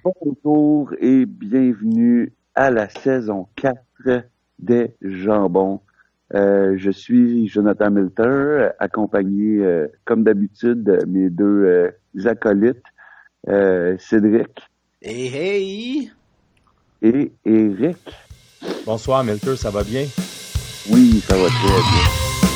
Bonjour et bienvenue à la saison 4 des Jambons. Je suis Jonathan Milter, accompagné, comme d'habitude, de mes deux acolytes, Cédric Hey, hey! et Eric. Bonsoir Milter, ça va bien? Oui, ça va très bien.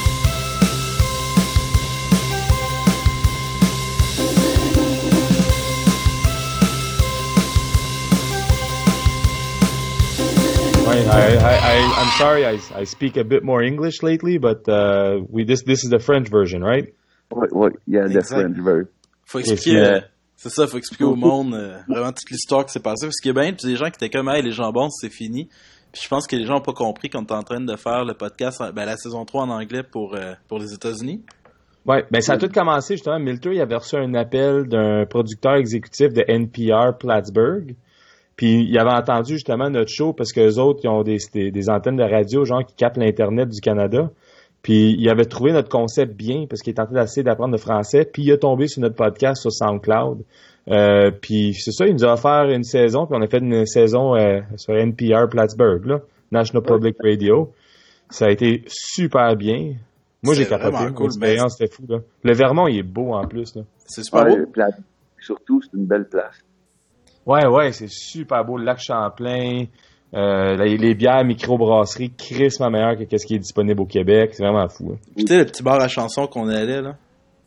I'm sorry, I speak a bit more English lately, but this is the French version, right? Oui, il y a the French version. Faut expliquer, c'est ça, faut expliquer au monde vraiment toute l'histoire qui s'est passée. Parce qu'il y a bien des gens qui étaient comme, hey, les jambons, c'est fini. Puis je pense que les gens n'ont pas compris qu'on était en train de faire le podcast, la saison 3 en anglais pour les États-Unis. Ouais, ben ça a tout commencé justement. Milter, il avait reçu un appel d'un producteur exécutif de NPR Plattsburgh. Puis il avait entendu justement notre show parce que les autres ils ont des antennes de radio genre qui captent l'internet du Canada. Puis il avait trouvé notre concept bien parce qu'il est en train d'essayer d'apprendre le français. Puis il est tombé sur notre podcast sur SoundCloud. Puis c'est ça, il nous a offert une saison. Puis on a fait une saison sur NPR Plattsburgh, là, National Public Radio. Ça a été super bien. Moi j'ai capoté. Cool, l'expérience c'était fou là. Le Vermont il est beau en plus là. C'est super beau. Surtout c'est une belle place. Ouais, c'est super beau, le lac Champlain, les bières microbrasserie, crissement meilleures que ce qui est disponible au Québec, c'est vraiment fou. Hein. Tu sais, le petit bar à chansons qu'on allait, là?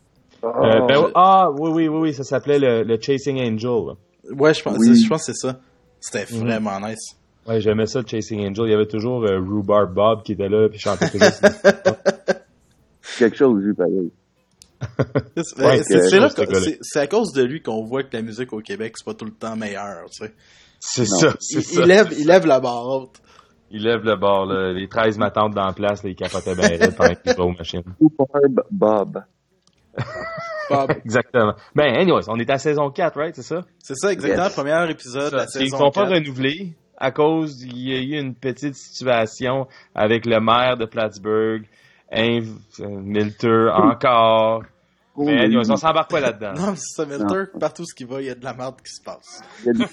Oui, ça s'appelait le Chasing Angel. Là. Ouais, je pense que c'est ça. C'était vraiment nice. Ouais, j'aimais ça, le Chasing Angel. Il y avait toujours Rhubarb Bob qui était là, puis chantait toujours. Quelque chose, lui, pareil. C'est à cause de lui qu'on voit que la musique au Québec, c'est pas tout le temps meilleur, tu sais. C'est ça. Il lève la barre haute. Il lève le bord, là. Les 13 matantes dans la place, là, ils capotaient bien raide pendant qu'ils jouaient aux machines. Bob. Exactement. Ben, anyways, on est à saison 4, right, c'est ça? C'est ça, exactement, yes. Premier épisode de la saison 4. Ils sont pas renouvelés à cause, il y a eu une petite situation avec le maire de Plattsburgh, Milter, encore. Mais anyways, on s'embarque pas là-dedans. Non, c'est ça, Milter, partout où il va, il y a de la merde qui se passe.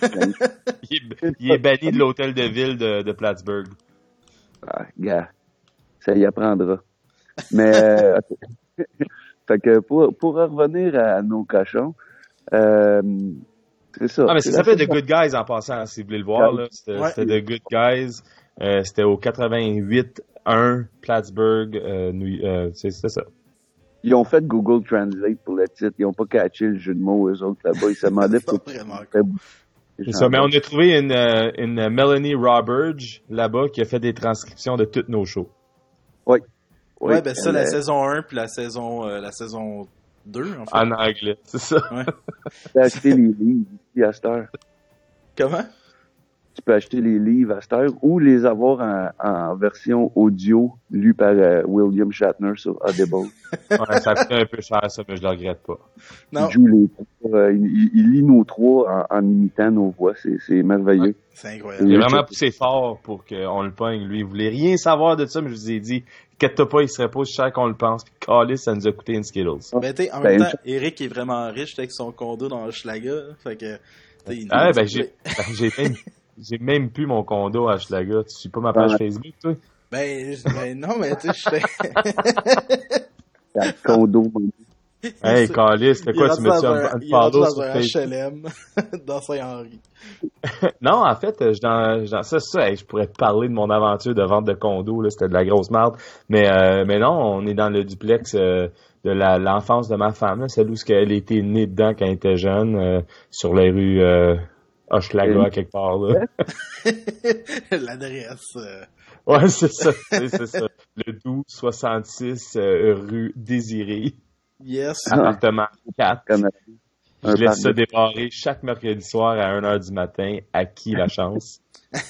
Il est banni de l'hôtel de ville de Plattsburgh. Ah, gars, ça y apprendra. Mais, fait que pour revenir à nos cochons, c'est ça. Ah, mais ça s'appelle The Good Guys en passant, si vous voulez le voir, là. C'était The Good Guys. C'était au 88-1 Plattsburgh, c'est ça. Ils ont fait Google Translate pour le titre. Ils ont pas catché le jeu de mots, eux autres, là-bas. Ils se demandaient pour... C'est ça, mais on a trouvé une Melanie Roberge, là-bas, qui a fait des transcriptions de tous nos shows. Oui. Ouais, ben ça, la saison 1 puis la saison 2, en fait. En anglais, c'est ça. Ouais. Tu peux acheter les livres ici à cette heure. Comment? Tu peux acheter les livres à cette heure ou les avoir en version audio lue par William Shatner sur Audible. Ouais, ça coûte un peu cher, ça, mais je le regrette pas. Non. Il joue il lit nos trois en imitant nos voix. C'est merveilleux. Ouais, c'est incroyable. Il a vraiment poussé fort pour qu'on le pogne. Lui, il voulait rien savoir de ça, mais je vous ai dit, inquiète-toi pas, il serait pas aussi cher qu'on le pense. Puis Callis, ça nous a coûté une Skittles. Ben, t'sais, en même temps, Eric est vraiment riche avec son condo dans Hochelaga. Fait que, j'ai même plus mon condo à Hochelaga. Tu suis pas ma page Facebook, toi? Ben non, mais tu sais, je condo. Hey, Callis, c'était quoi? Tu mets ça un fardeau sur Facebook? HLM, dans Saint-Henri. Non, en fait, je pourrais te parler de mon aventure de vente de condo, là, c'était de la grosse merde. Mais non, on est dans le duplex de l'enfance de ma femme, là, celle où elle était née dedans quand elle était jeune, sur les rues Hochelaga, quelque part, là. L'adresse. Ouais, c'est ça. Le 1266 rue Désirée. Yes. Appartement 4. Je laisse ça débarrer chaque mercredi soir à 1h du matin. À qui la chance?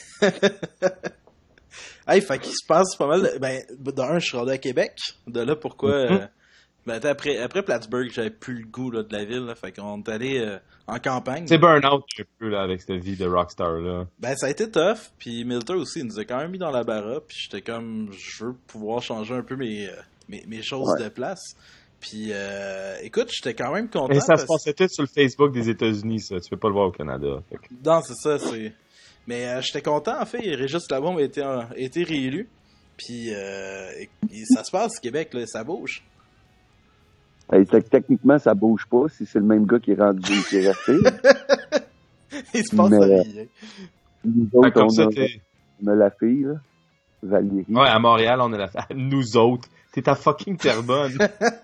Hey, fait qu'il se passe pas mal. Je suis rendu à Québec. De là, pourquoi... après Plattsburgh, j'avais plus le goût là, de la ville. Là, fait qu'on est allé en campagne. C'est burn-out un peu là, avec cette vie de rockstar. Là. Ben, ça a été tough. Puis Milter aussi, il nous a quand même mis dans la bara. Puis j'étais comme, je veux pouvoir changer un peu mes choses de place. Puis, écoute, j'étais quand même content. Mais ça se passait tout sur le Facebook des États-Unis, ça. Tu peux pas le voir au Canada. Non, c'est ça, c'est... Mais j'étais content, en fait. Régis Labombe a été réélu. Puis, ça se passe, Québec, là, ça bouge. Techniquement, ça bouge pas si c'est le même gars qui est rendu, qui est resté. Il se passe rien. Nous autres, on a la fille, là, Valérie. Ouais, à Montréal, on a la fille. Nous autres. T'es à fucking Terrebonne.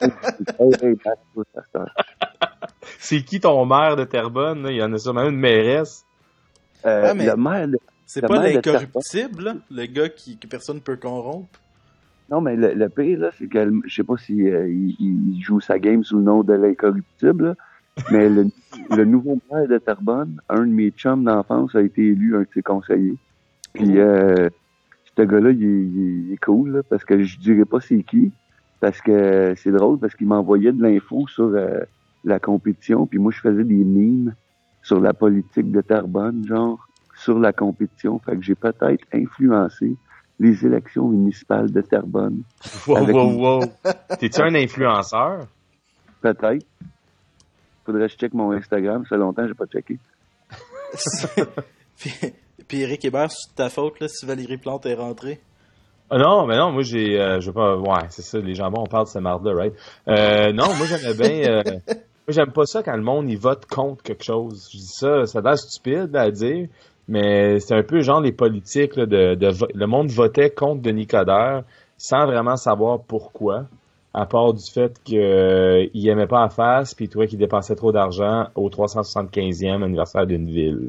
C'est qui ton maire de Terrebonne? Là? Il y en a sûrement une mairesse. Mais le maire c'est pas l'incorruptible, là, le gars que personne ne peut corrompre? Non, mais le pire, là, c'est que je sais pas si il joue sa game sous le nom de l'incorruptible, là, mais le nouveau maire de Terrebonne, un de mes chums d'enfance, a été élu un de ses conseillers. Puis ce gars-là, il est cool, là, parce que je dirais pas c'est qui, parce que c'est drôle, parce qu'il m'envoyait de l'info sur la compétition, puis moi, je faisais des mimes sur la politique de Terrebonne, genre, sur la compétition. Fait que j'ai peut-être influencé les élections municipales de Terrebonne. Wow. T'es-tu un influenceur? Peut-être. Faudrait que je check mon Instagram. Ça fait longtemps que j'ai pas checké. Puis Éric Hébert, c'est ta faute, là, si Valérie Plante est rentrée? Non, mais non, moi je veux pas. Ouais, c'est ça, les jambons, on parle de ce marde-là, right? Non, moi j'aimais bien. Moi j'aime pas ça quand le monde il vote contre quelque chose. Je dis ça a l'air stupide à dire, mais c'est un peu genre les politiques là, le monde votait contre Denis Coderre sans vraiment savoir pourquoi, à part du fait qu'il aimait pas la face puis il trouvait qu'il dépensait trop d'argent au 375e anniversaire d'une ville.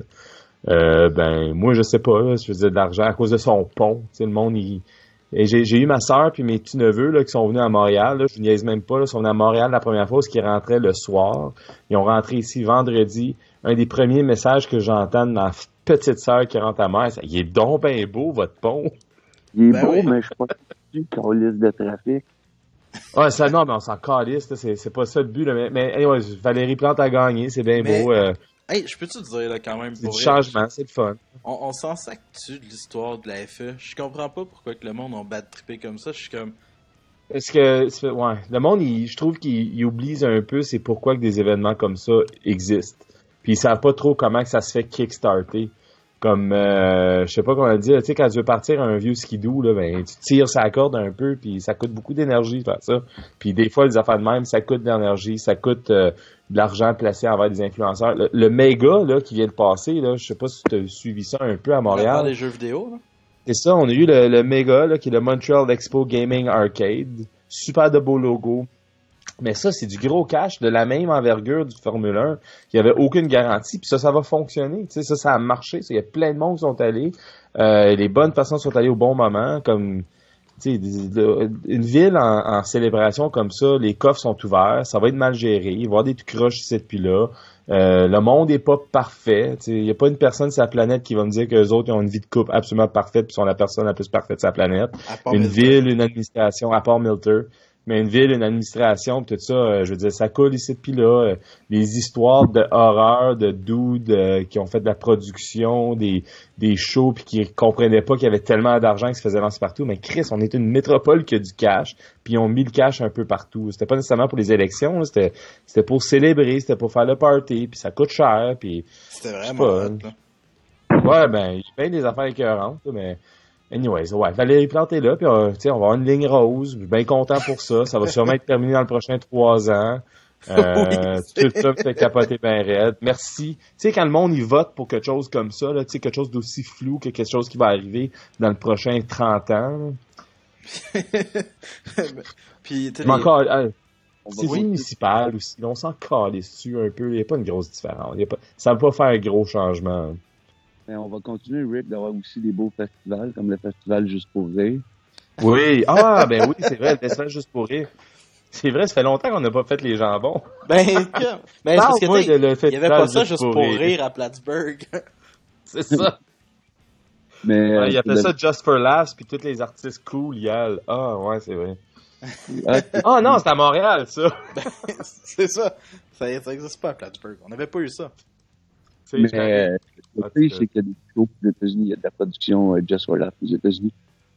Moi je sais pas, là, je faisais de l'argent à cause de son pont. Tu sais, le monde Et j'ai eu ma sœur puis mes petits neveux là qui sont venus à Montréal. Là, je niaise même pas. Là, ils sont venus à Montréal la première fois parce qu'ils rentraient le soir. Ils ont rentré ici vendredi. Un des premiers messages que j'entends de ma petite sœur qui rentre à mer, c'est: il est donc bien beau votre pont. Il est beau, oui. Mais je suis pas sûr qu'on liste de trafic. Ouais, ça non, mais on s'en calisse. C'est pas ça le but. Là, mais anyway, Valérie Plante a gagné, c'est bien beau. Hey, je peux-tu te dire, là, quand même, c'est du changement, c'est le fun. On s'en sac-tu de l'histoire de la FE? Je comprends pas pourquoi que le monde a bad trippé comme ça. Je suis comme... Est-ce que... Ouais, le monde, je trouve qu'il oublie un peu c'est pourquoi que des événements comme ça existent. Puis ils savent pas trop comment que ça se fait kickstarter. Comme, je sais pas comment dire, tu sais, quand tu veux partir un vieux skidoo, là, ben, tu tires sa corde un peu, puis ça coûte beaucoup d'énergie de faire ça. Puis des fois, les affaires de même, ça coûte de l'énergie, ça coûte de l'argent placé envers des influenceurs. Le méga, là, qui vient de passer, là, je sais pas si tu as suivi ça un peu à Montréal. Les jeux vidéo, là. C'est ça, on a eu le méga, là, qui est le Montreal Expo Gaming Arcade. Super de beau logo. Mais ça, c'est du gros cash de la même envergure du Formule 1. Il n'y avait aucune garantie. Puis ça va fonctionner. Tu sais, ça a marché. Il y a plein de monde qui sont allés. Les bonnes personnes sont allées au bon moment. Comme, tu sais, une ville en célébration comme ça, les coffres sont ouverts. Ça va être mal géré. Il va y avoir des tout croches ici depuis là. Le monde est pas parfait. Il n'y a pas une personne sur la planète qui va me dire que les autres ont une vie de couple absolument parfaite puis sont la personne la plus parfaite sur la planète. Une ville, une administration, à part Milter. Mais une ville, une administration, pis tout ça, je veux dire, ça coule ici depuis là. Les histoires de horreur, de dudes qui ont fait de la production, des shows, puis qui comprenaient pas qu'il y avait tellement d'argent qui se faisait lancer partout. Mais Chris, on est une métropole qui a du cash, puis ils ont mis le cash un peu partout. C'était pas nécessairement pour les élections, là, c'était pour célébrer, c'était pour faire le party, puis ça coûte cher, puis... C'était vraiment hot, là. Ouais, ben, il y a bien des affaires écœurantes, mais... Anyways, ouais, Valérie Plante est là, puis on va avoir une ligne rose, je suis bien content pour ça, ça va sûrement être terminé dans le prochain 3 ans. Tout ça me fait capoter bien raide. Merci. Tu sais, quand le monde il vote pour quelque chose comme ça, là, tu sais, quelque chose d'aussi flou que quelque chose qui va arriver dans le prochain 30 ans. Puis, mais encore, c'est municipal aussi, on s'en calisse dessus un peu, il n'y a pas une grosse différence. Ça ne va pas faire un gros changement. Mais on va continuer, Rick, d'avoir aussi des beaux festivals, comme le festival Juste pour rire. Oui, ben oui, c'est vrai, le festival Juste pour rire. C'est vrai, ça fait longtemps qu'on n'a pas fait les jambons. Ben parce que il y avait pas ça Juste pour rire à Plattsburgh. C'est ça. Mais il a fait ça Just for Laughs, puis tous les artistes cool, Yal. Ah, ouais, c'est vrai. Non, c'est à Montréal, ça. C'est ça. Ça existe pas à Plattsburgh. On n'avait pas eu ça. Mais le fait, c'est qu'il y a des shows aux États-Unis, il y a de la production Just for Laughs aux États-Unis.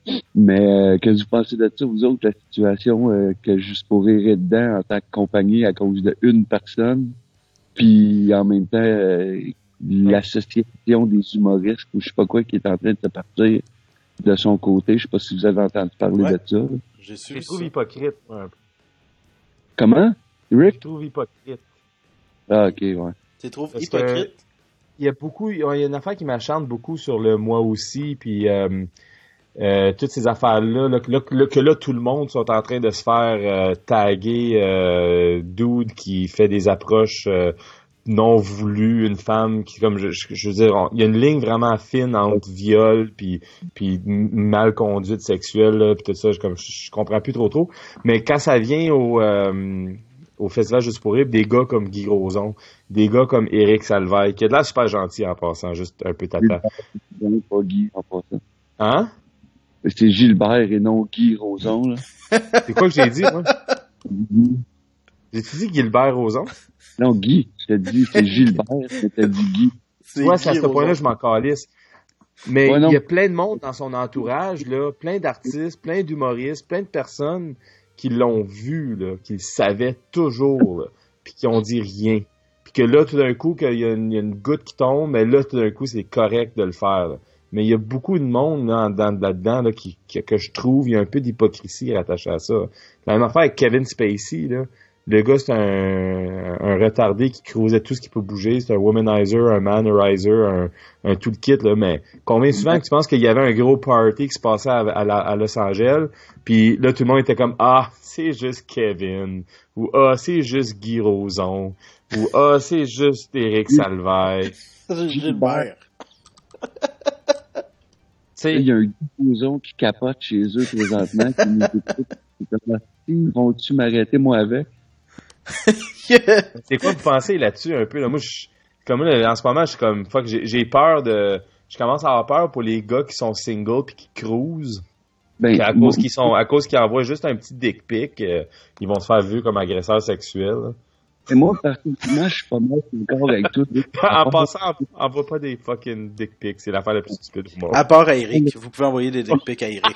Mais qu'est-ce que vous pensez de ça, vous autres, la situation que Juste pour rire est dedans en tant que compagnie à cause de une personne, puis en même temps l'association des humoristes ou je sais pas quoi qui est en train de se partir de son côté. Je sais pas si vous avez entendu parler de ça. J'ai su Je ça. trouve hypocrite, un peu. Comment? Je Rick? trouve hypocrite. Ah, ok, ouais. Tu trouves Parce hypocrite? Il y a une affaire qui m'achante beaucoup sur le moi aussi, puis toutes ces affaires-là, que là, tout le monde sont en train de se faire taguer dude qui fait des approches non voulues, une femme qui, comme je veux dire, il y a une ligne vraiment fine entre viol puis mal conduite sexuelle, là, puis tout ça, je comprends plus trop. Mais quand ça vient au Festival Juste pour rire, des gars comme Guy Rozon, des gars comme Éric Salvaille, qui est de là super gentil en passant, juste un peu tata. Pas Guy en passant. Hein? C'est Gilbert et non Guy Rozon, là. C'est quoi que j'ai dit, moi? J'ai-tu dit Gilbert Rozon? Non, Guy. Je t'ai dit, c'est Gilbert, mais t'as dit Guy. Ouais, c'est à ce point-là, je m'en calisse. Mais Ouais, il non. y a plein de monde dans son entourage, là, plein d'artistes, plein d'humoristes, plein de personnes qui l'ont vu, là, qui le savaient toujours, là, puis qui ont dit rien. Puis que là, tout d'un coup, qu'il y a une goutte qui tombe, mais là, tout d'un coup, c'est correct de le faire, là. Mais il y a beaucoup de monde là-dedans là, que je trouve, il y a un peu d'hypocrisie rattachée à ça. La même affaire avec Kevin Spacey, là. Le gars, c'est un retardé qui creusait tout ce qui peut bouger. C'est un womanizer, un manorizer, un tout le kit, là. Mais combien souvent que tu penses qu'il y avait un gros party qui se passait à Los Angeles, puis là, tout le monde était comme, ah, c'est juste Kevin, ou ah, c'est juste Guy Rozon, ou ah, c'est juste Éric Salvaille. C'est Gilbert. Il y a un Guy Rozon qui capote chez eux présentement, qui nous écoute. Ils vont-tu m'arrêter, moi, avec? C'est quoi vous pensez là-dessus un peu? Là? Moi, comme là, en ce moment, je suis comme fuck, j'ai peur de. Je commence à avoir peur pour les gars qui sont singles puis qui cruisent. Ben, À cause qu'ils envoient juste un petit dick pic, ils vont se faire vu comme agresseurs sexuels. Et moi, personnellement, je suis pas mal d'accord avec tout. En passant, envoie pas des fucking dick pics, c'est l'affaire la plus stupide du monde. À part à Eric, vous pouvez envoyer des dick pics à Eric.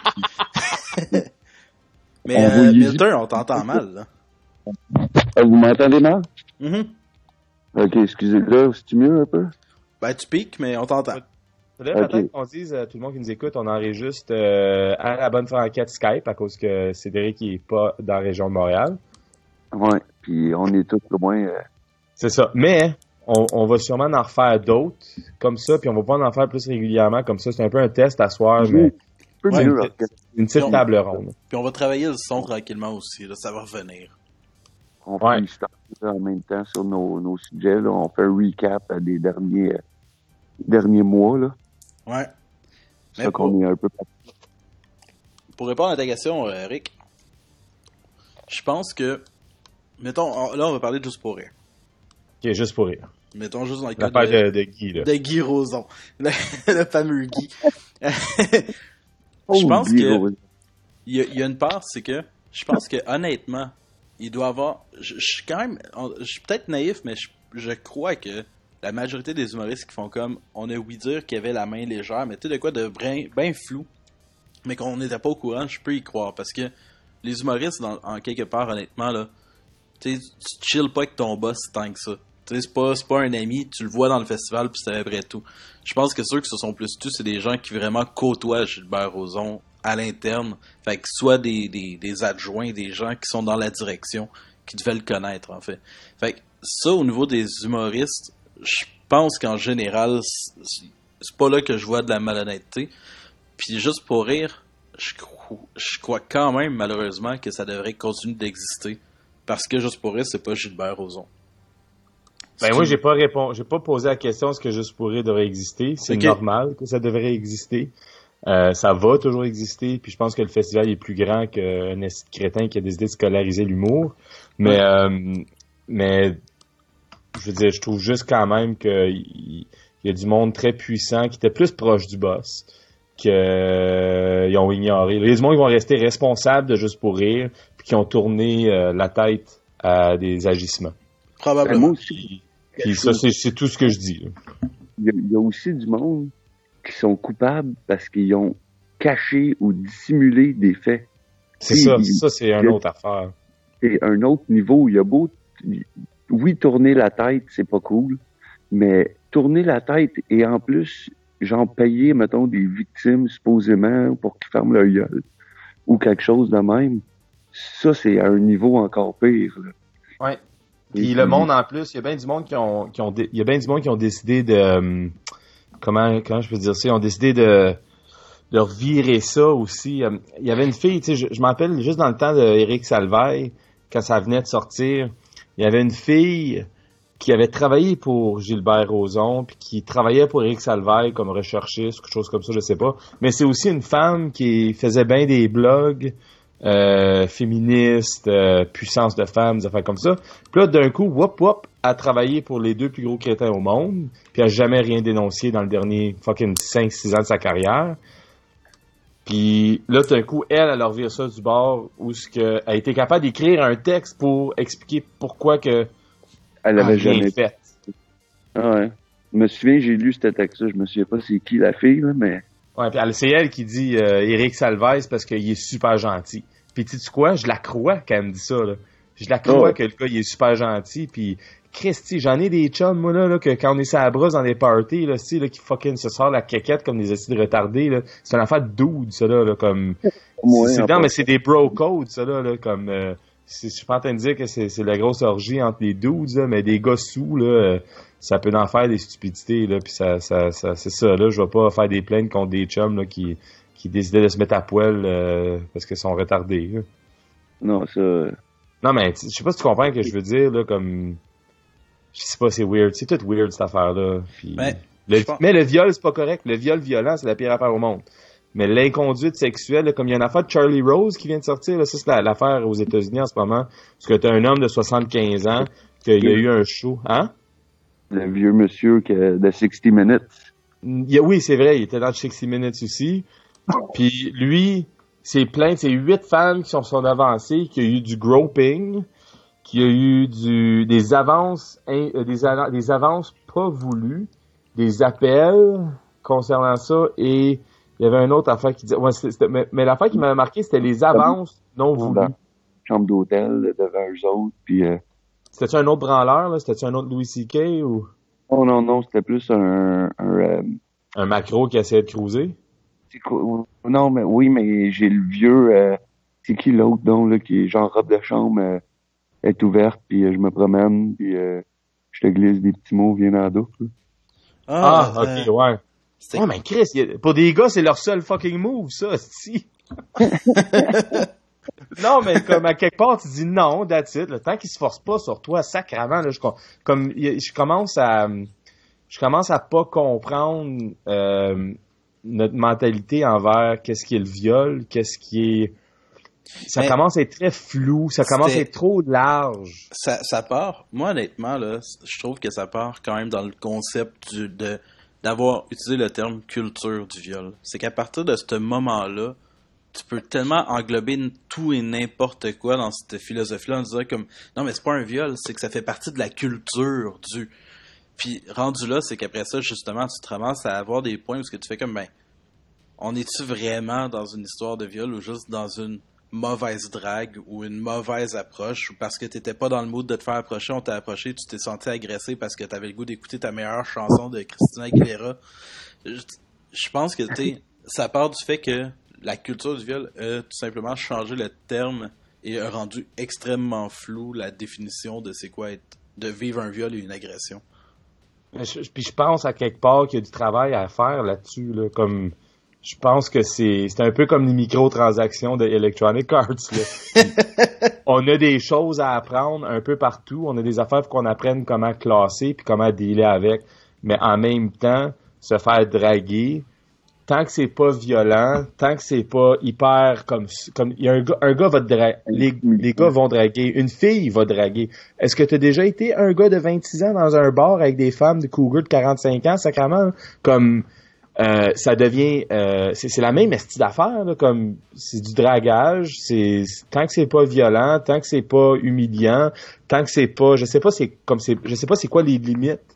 Mais Milton, on t'entend mal, là. Vous m'entendez mal? Mm-hmm. Ok, excusez-moi, c'est mieux un peu? Ben, tu piques, mais on t'entend. Faudrait Ok. peut-être qu'on dise, tout le monde qui nous écoute, on enregistre à la bonne franquette Skype à cause que Cédric il est pas dans la région de Montréal. Ouais, puis on est tous loin. C'est ça. Mais on va sûrement en refaire d'autres comme ça, puis on va pas en faire plus régulièrement comme ça. C'est un peu un test à soir, mais Un peu Ouais, mieux, une petite table ronde. Puis on va travailler le son tranquillement aussi, là, ça va revenir. On Ouais. freestyle en même temps sur nos sujets. Là. On fait un recap des derniers mois. Là. Ouais. C'est Mais ça qu'on est un peu... Pour répondre à ta question, Eric, je pense que, mettons, là on va parler de Juste pour rire. Ok, juste pour rire. Mettons juste dans le cas L'affaire de Guy, là. de Guy Rozon, le fameux Guy. Je pense Guy que Rozon. il y a une part, c'est que je pense que honnêtement, il doit avoir. Je suis quand même, je suis peut-être naïf, mais je crois que la majorité des humoristes qui font comme, on a ouï dire qu'il y avait la main légère, mais tu sais de quoi de bien flou, mais qu'on n'était pas au courant, je peux y croire parce que les humoristes, en quelque part, honnêtement là, tu chill pas avec ton boss tant que ça. Tu sais, c'est pas un ami, tu le vois dans le festival puis c'est à peu près tout. Je pense que ceux qui se sont plus tous, c'est des gens qui vraiment côtoient Gilbert Rozon à l'interne. Fait que soit des adjoints, des gens qui sont dans la direction, qui devaient le connaître en fait. Fait que ça, au niveau des humoristes, je pense qu'en général, c'est pas là que je vois de la malhonnêteté. Puis juste pour rire, je crois quand même malheureusement que ça devrait continuer d'exister. Parce que juste pour rire, c'est pas Gilbert Rozon. Ben moi, j'ai pas posé la question est-ce que Juste pour rire devrait exister. C'est Ok. normal que ça devrait exister. Ça va toujours exister. Puis je pense que le festival est plus grand qu'un esti de crétin qui a décidé de scolariser l'humour. Mais je veux dire, je trouve juste quand même qu'il y a du monde très puissant qui était plus proche du boss qu'ils ont ignoré. Il y a du monde qui vont rester responsables de Juste pour rire puis qui ont tourné la tête à des agissements. Probablement. Moi aussi, Puis ça, c'est tout ce que je dis. Là. il y a aussi du monde qui sont coupables parce qu'ils ont cacher ou dissimuler des faits. C'est ça, c'est une autre affaire. C'est un autre niveau. Il y a beau, oui, tourner la tête, c'est pas cool, mais tourner la tête et en plus, genre payer, mettons, des victimes supposément pour qu'ils ferment leur gueule ou quelque chose de même, ça, c'est à un niveau encore pire. Là. Ouais. Puis le monde, en plus, il y a bien du monde qui ont décidé de... comment je peux dire ça? Ils ont décidé de revirer ça aussi. Il y avait une fille, tu sais, je m'en rappelle juste dans le temps d'Éric Salvaille, quand ça venait de sortir, il y avait une fille qui avait travaillé pour Gilbert Rozon, puis qui travaillait pour Éric Salvaille comme recherchiste, quelque chose comme ça, je sais pas. Mais c'est aussi une femme qui faisait bien des blogs féministes, puissance de femmes, des affaires comme ça. Puis là, d'un coup, whoop, a travaillé pour les 2 plus gros crétins au monde, puis a jamais rien dénoncé dans le dernier fucking 5-6 ans de sa carrière. Puis là, d'un coup, elle revire ça du bord où elle a été capable d'écrire un texte pour expliquer pourquoi que elle avait jamais fait. Ah ouais. Je me souviens, j'ai lu ce texte-là, je me souviens pas c'est qui la fille, là, mais... Ouais, puis c'est elle qui dit Éric Salvaille parce qu'il est super gentil. Puis tu sais quoi, je la crois quand elle me dit ça, là. Je la crois que le gars, il est super gentil, puis Christy, j'en ai des chums, moi, là, que quand on est sur la brosse dans des parties, là, là, qui fucking se sort la quéquette comme des acides retardés, là. C'est une affaire de dude, ça, là, comme... non, mais c'est des bro codes, ça, là, comme... je suis pas en train de dire que c'est la grosse orgie entre les dudes, là, mais des gars sous, là, ça peut en faire des stupidités, là, puis ça, c'est ça, là, je vais pas faire des plaintes contre des chums, là, qui décidaient de se mettre à poil, parce qu'ils sont retardés, là. Non, ça... Non, mais, je sais pas si tu comprends ce que je veux dire, là, comme... Je sais pas, c'est weird. C'est tout weird, cette affaire-là. Puis, mais le viol, c'est pas correct. Le viol violent, c'est la pire affaire au monde. Mais l'inconduite sexuelle, là, comme il y a une affaire de Charlie Rose qui vient de sortir, là, ça, c'est l'affaire aux États-Unis en ce moment. Parce que t'as un homme de 75 ans, qu'il y a eu un show. Hein? Le vieux monsieur de 60 Minutes. Oui, c'est vrai, il était dans 60 Minutes aussi. Puis lui, c'est 8 femmes qui sont avancées, qui a eu du groping, qui a eu des avances pas voulues, des appels concernant ça, et il y avait une autre affaire qui disait... Ouais, mais l'affaire qui m'avait marqué, c'était les avances non voulues. Chambre d'hôtel devant eux autres, puis... C'était-tu un autre branleur, là? C'était-tu un autre Louis C.K. ou... Oh non, c'était plus un macro qui essayait de cruiser? Non, mais oui, mais j'ai le vieux... c'est qui l'autre, donc, là, qui est genre robe de chambre... est ouverte, puis je me promène, puis je te glisse des petits mots, viens dans la douche. Ok, ouais. Oh, mais Chris, pour des gars, c'est leur seul fucking move, ça, si. Non, mais comme à quelque part, tu dis non, that's it. Tant qu'ils se forcent pas sur toi, sacrément, là, je commence à pas comprendre notre mentalité envers qu'est-ce qui est le viol, qu'est-ce qui est... Ça commence à être très flou, ça commence à être trop large. Ça part, moi honnêtement, là, je trouve que ça part quand même dans le concept d'avoir utilisé le terme culture du viol. C'est qu'à partir de ce moment-là, tu peux tellement englober tout et n'importe quoi dans cette philosophie-là en disant comme, non mais c'est pas un viol, c'est que ça fait partie de la culture du... Puis rendu là, c'est qu'après ça, justement, tu te ramasses à avoir des points où tu fais comme, ben, on est-tu vraiment dans une histoire de viol ou juste dans une mauvaise drague ou une mauvaise approche, ou parce que t'étais pas dans le mood de te faire approcher, on t'a approché, tu t'es senti agressé parce que t'avais le goût d'écouter ta meilleure chanson de Christina Aguilera. Je pense que ça part du fait que la culture du viol a tout simplement changé le terme et a rendu extrêmement flou la définition de c'est quoi de vivre un viol et une agression. Puis je pense à quelque part qu'il y a du travail à faire là-dessus, là, comme... Je pense que c'est un peu comme les microtransactions de Electronic Arts, là. On a des choses à apprendre un peu partout. On a des affaires qu'on apprenne comment classer puis comment dealer avec. Mais en même temps, se faire draguer, tant que c'est pas violent, tant que c'est pas hyper comme il y a un gars va te draguer, les gars vont draguer, une fille va draguer. Est-ce que tu as déjà été un gars de 26 ans dans un bar avec des femmes de cougars de 45 ans, sacrément, comme ça devient c'est la même esti d'affaires là, comme c'est du dragage, c'est tant que c'est pas violent, tant que c'est pas humiliant, tant que c'est pas je sais pas c'est quoi les limites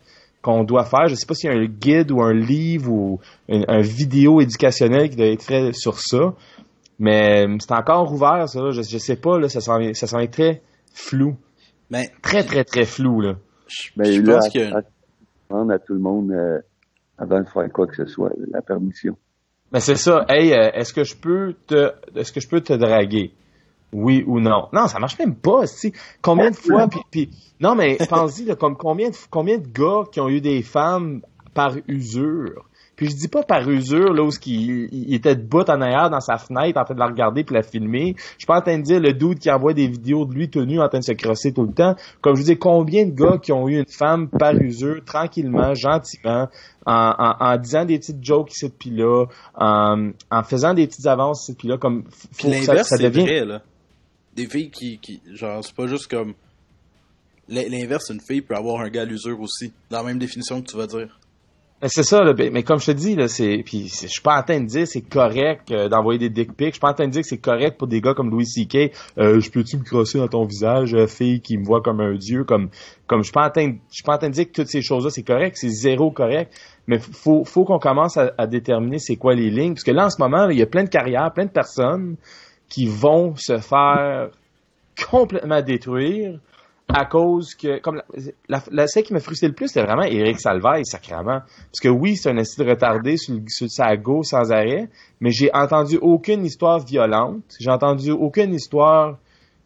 qu'on doit faire. Je sais pas s'il y a un guide ou un livre ou un vidéo éducationnel qui doit être fait sur ça. Mais c'est encore ouvert, ça. Je sais pas, là, ça s'en vient très flou. Mais, très, très, très flou, là. Je pense qu'il y a demande à tout le monde avant de faire quoi que ce soit, la permission. Mais c'est ça. Hey, est-ce que je peux te draguer? Oui ou non? Non, ça marche même pas, si. Combien de fois, puis non, mais pense-y, là, comme combien de gars qui ont eu des femmes par usure? Puis je dis pas par usure, là, où il était debout en arrière dans sa fenêtre, en train de la regarder puis la filmer. Je suis pas en train de dire le dude qui envoie des vidéos de lui tout nu en train de se crosser tout le temps. Comme je dis, combien de gars qui ont eu une femme par usure, tranquillement, gentiment, en disant des petites jokes ici puis là, en faisant des petites avances ici puis là, comme, faut que ça devient... vrai, là. Des filles qui genre, c'est pas juste comme, l'inverse, une fille peut avoir un gars à l'usure aussi, dans la même définition que tu vas dire. Mais c'est ça, là, mais comme je te dis, là, je suis pas en train de dire c'est correct d'envoyer des dick pics. Je suis pas en train de dire que c'est correct pour des gars comme Louis C.K. Je peux-tu me crosser dans ton visage, fille qui me voit comme un dieu, comme je suis pas en train de dire que toutes ces choses-là c'est correct, c'est zéro correct. Mais faut qu'on commence à déterminer c'est quoi les lignes, parce que là en ce moment, là, il y a plein de carrières, plein de personnes qui vont se faire complètement détruire à cause que, comme celle qui m'a frustré le plus, c'était vraiment Éric Salvaille, sacrément. Parce que oui, c'est un esti de retardé sur sa go sans arrêt, mais j'ai entendu aucune histoire violente. J'ai entendu aucune histoire...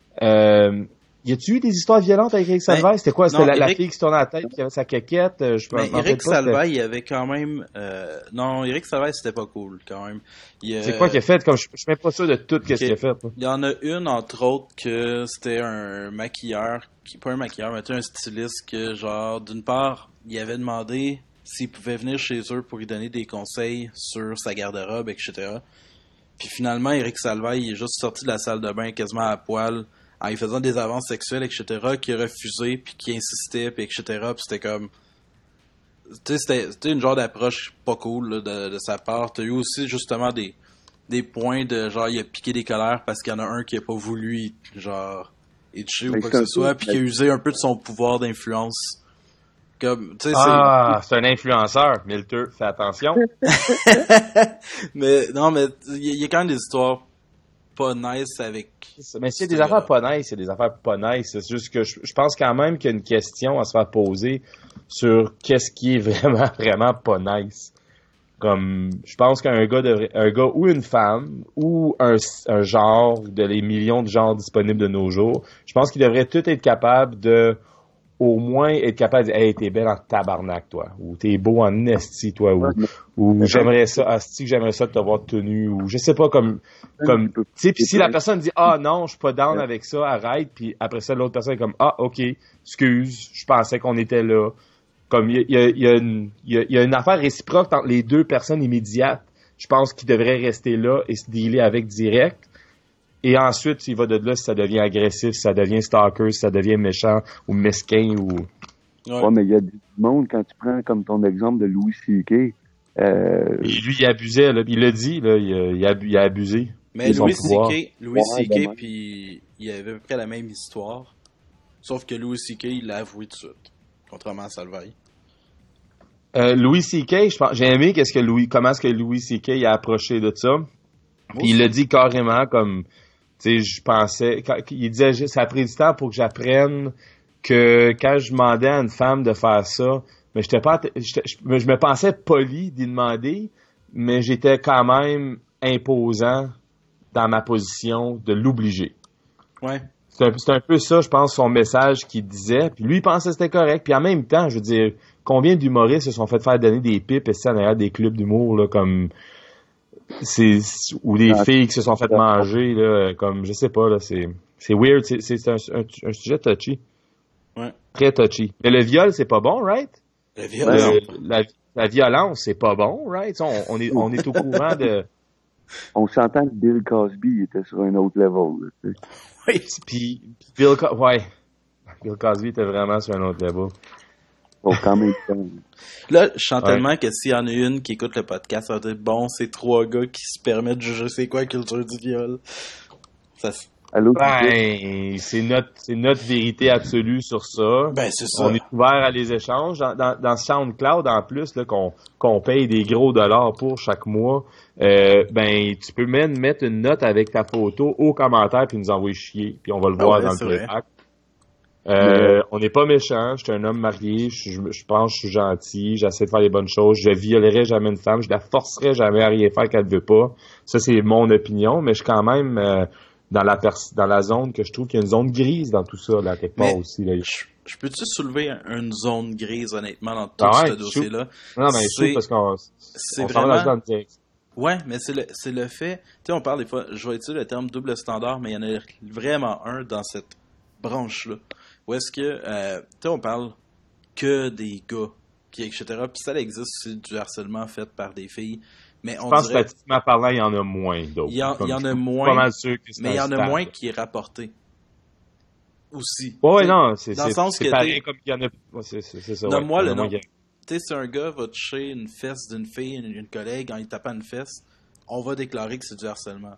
Y a-tu eu des histoires violentes avec Éric Salvaille? C'était quoi? C'était la fille qui se tournait la tête qui avait sa quéquette? Éric Salvaille, il avait quand même... non, Éric Salvaille, c'était pas cool, quand même. C'est quoi qu'il a fait? Comme je suis même pas sûr de tout qu'est-ce qu'il a fait. Il y en a une, entre autres, que c'était un maquilleur, pas un maquilleur, mais un styliste que, genre, d'une part, il avait demandé s'il pouvait venir chez eux pour lui donner des conseils sur sa garde-robe, etc. Puis finalement, Éric Salvaille, il est juste sorti de la salle de bain quasiment à poil, en lui faisant des avances sexuelles, etc., qui a refusé, puis qui insistait, puis etc., puis c'était comme... Tu sais, c'était une genre d'approche pas cool, là, de sa part. T'as eu aussi, justement, des points de, genre, il a piqué des colères parce qu'il y en a un qui a pas voulu, genre, étudier ou quoi que ce soit, puis qui a usé un peu de son pouvoir d'influence. Comme, tu sais, c'est un influenceur, Milter, fais attention. Mais, non, mais, il y a quand même des histoires pas nice avec... Mais s'il y a des affaires pas nice, c'est des affaires pas nice. C'est juste que je pense quand même qu'il y a une question à se faire poser sur qu'est-ce qui est vraiment, vraiment pas nice. Comme, je pense qu'un gars ou une femme, ou un genre, de les millions de genres disponibles de nos jours, je pense qu'il devrait tout être capable de, au moins être capable de dire, hey, t'es belle en tabarnak, toi, ou t'es beau en esti, toi, ou j'aimerais ça, asti, j'aimerais ça te voir tenu, ou je sais pas, comme, tu sais, pis si la personne dit, ah non, je suis pas down avec ça, arrête, puis après ça, l'autre personne est comme, ah, ok, excuse, je pensais qu'on était là. Comme, il y a une affaire réciproque entre les deux personnes immédiates. Je pense qu'il devrait rester là et se dealer avec direct. Et ensuite, s'il va de là, si ça devient agressif, si ça devient stalker, si ça devient méchant ou mesquin ou... Ouais, mais il y a du monde, quand tu prends comme ton exemple de Louis C.K. Et lui, il abusait, là. Il l'a dit, là. Il a abusé. Mais Louis C.K. puis il avait à peu près la même histoire. Sauf que Louis C.K. il l'a avoué tout de suite. Contrairement à Salvaille. Louis C.K., j'ai aimé comment est-ce que Louis C.K. a approché de ça. Puis il l'a dit carrément comme, tu sais, je pensais, il disait, ça a pris du temps pour que j'apprenne que quand je demandais à une femme de faire ça, mais je me pensais poli d'y demander, mais j'étais quand même imposant dans ma position de l'obliger. Ouais. C'est un peu ça, je pense, son message qu'il disait. Puis lui, il pensait que c'était correct. Puis en même temps, je veux dire, combien d'humoristes se sont fait faire donner des pipes et en arrière des clubs d'humour, là, comme... ou des filles qui se sont fait manger, là, comme, je sais pas, là, c'est weird. C'est un sujet touchy. Ouais. Très touchy. Mais le viol, c'est pas bon, right? Le viol, la violence, c'est pas bon, right? On est au courant de... On s'entend que Bill Cosby était sur un autre level, là, tu sais. Oui, puis Bill Cosby était vraiment sur un autre level. Bon, quand même. Là, je sens tellement que s'il y en a une qui écoute le podcast, ça va dire, bon, c'est 3 gars qui se permettent de juger c'est quoi la culture du viol. Ça, à l'autre bout. Ben, c'est notre vérité absolue sur ça. Ben, c'est ça. On est ouvert à les échanges. Dans SoundCloud, en plus, là, qu'on paye des gros dollars pour chaque mois, ben, tu peux même mettre une note avec ta photo au commentaire puis nous envoyer chier. Puis on va le voir dans le playback. On n'est pas méchant, je suis un homme marié, je pense que je suis gentil, j'essaie de faire les bonnes choses, je violerai jamais une femme, je la forcerai jamais à rien faire qu'elle ne veut pas. Ça, c'est mon opinion, mais je suis quand même dans la zone que je trouve qu'il y a une zone grise dans tout ça, là, quelque part aussi. Là. Je peux-tu soulever une zone grise, honnêtement, dans tout ce dossier-là? Non, mais c'est parce qu'on c'est vraiment... vraiment... dans le direction. Ouais, mais c'est le fait... Tu sais, on parle des fois, je vais utiliser le terme double standard, mais il y en a vraiment un dans cette branche-là. Où est-ce que, tu sais, on parle que des gars, puis etc. Puis ça existe aussi du harcèlement fait par des filles. Mais je pense dirait... statistiquement parlant, il y en a moins d'autres. Il y en a moins, pas mal sûr que mais il y en a moins qui est rapporté. Aussi. Ouais, non, c'est pareil comme il y en a... Ouais, c'est ça. Donne-moi le nom. Tu sais, si un gars va toucher une fesse d'une fille, une collègue, en y tapant une fesse, on va déclarer que c'est du harcèlement.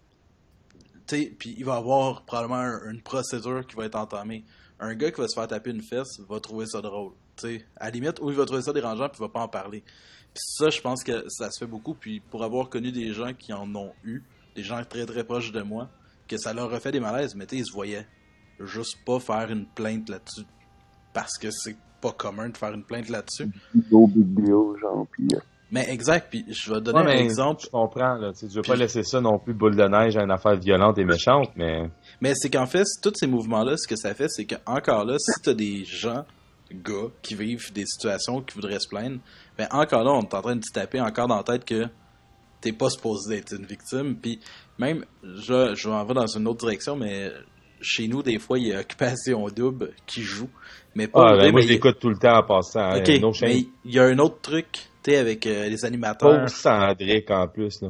Tu sais, puis il va y avoir probablement une procédure qui va être entamée. Un gars qui va se faire taper une fesse va trouver ça drôle. T'sais, à la limite, ou il va trouver ça dérangeant puis il va pas en parler. Puis ça, je pense que ça se fait beaucoup. Puis pour avoir connu des gens qui en ont eu, des gens très très proches de moi, que ça leur a fait des malaises, mais ils se voyaient juste pas faire une plainte là-dessus. Parce que c'est pas commun de faire une plainte là-dessus. No big deal, genre, puis... Mais exact, puis je vais te donner un exemple. Je comprends, là. Tu veux pas laisser ça non plus boule de neige à une affaire violente et méchante, mais... Mais c'est qu'en fait, tous ces mouvements-là, ce que ça fait, c'est que encore là, si t'as des gens, gars, qui vivent des situations, qui voudraient se plaindre, ben encore là, on est en train de te taper encore dans la tête que t'es pas supposé être une victime, puis même, je m'en vais dans une autre direction, mais chez nous, des fois, il y a Occupation Double qui joue, mais pas... moi, je l'écoute tout le temps en passant. Ok, mais il y a un autre truc... Tu sais, avec les animateurs. Pauvre Sandrick, en plus, là.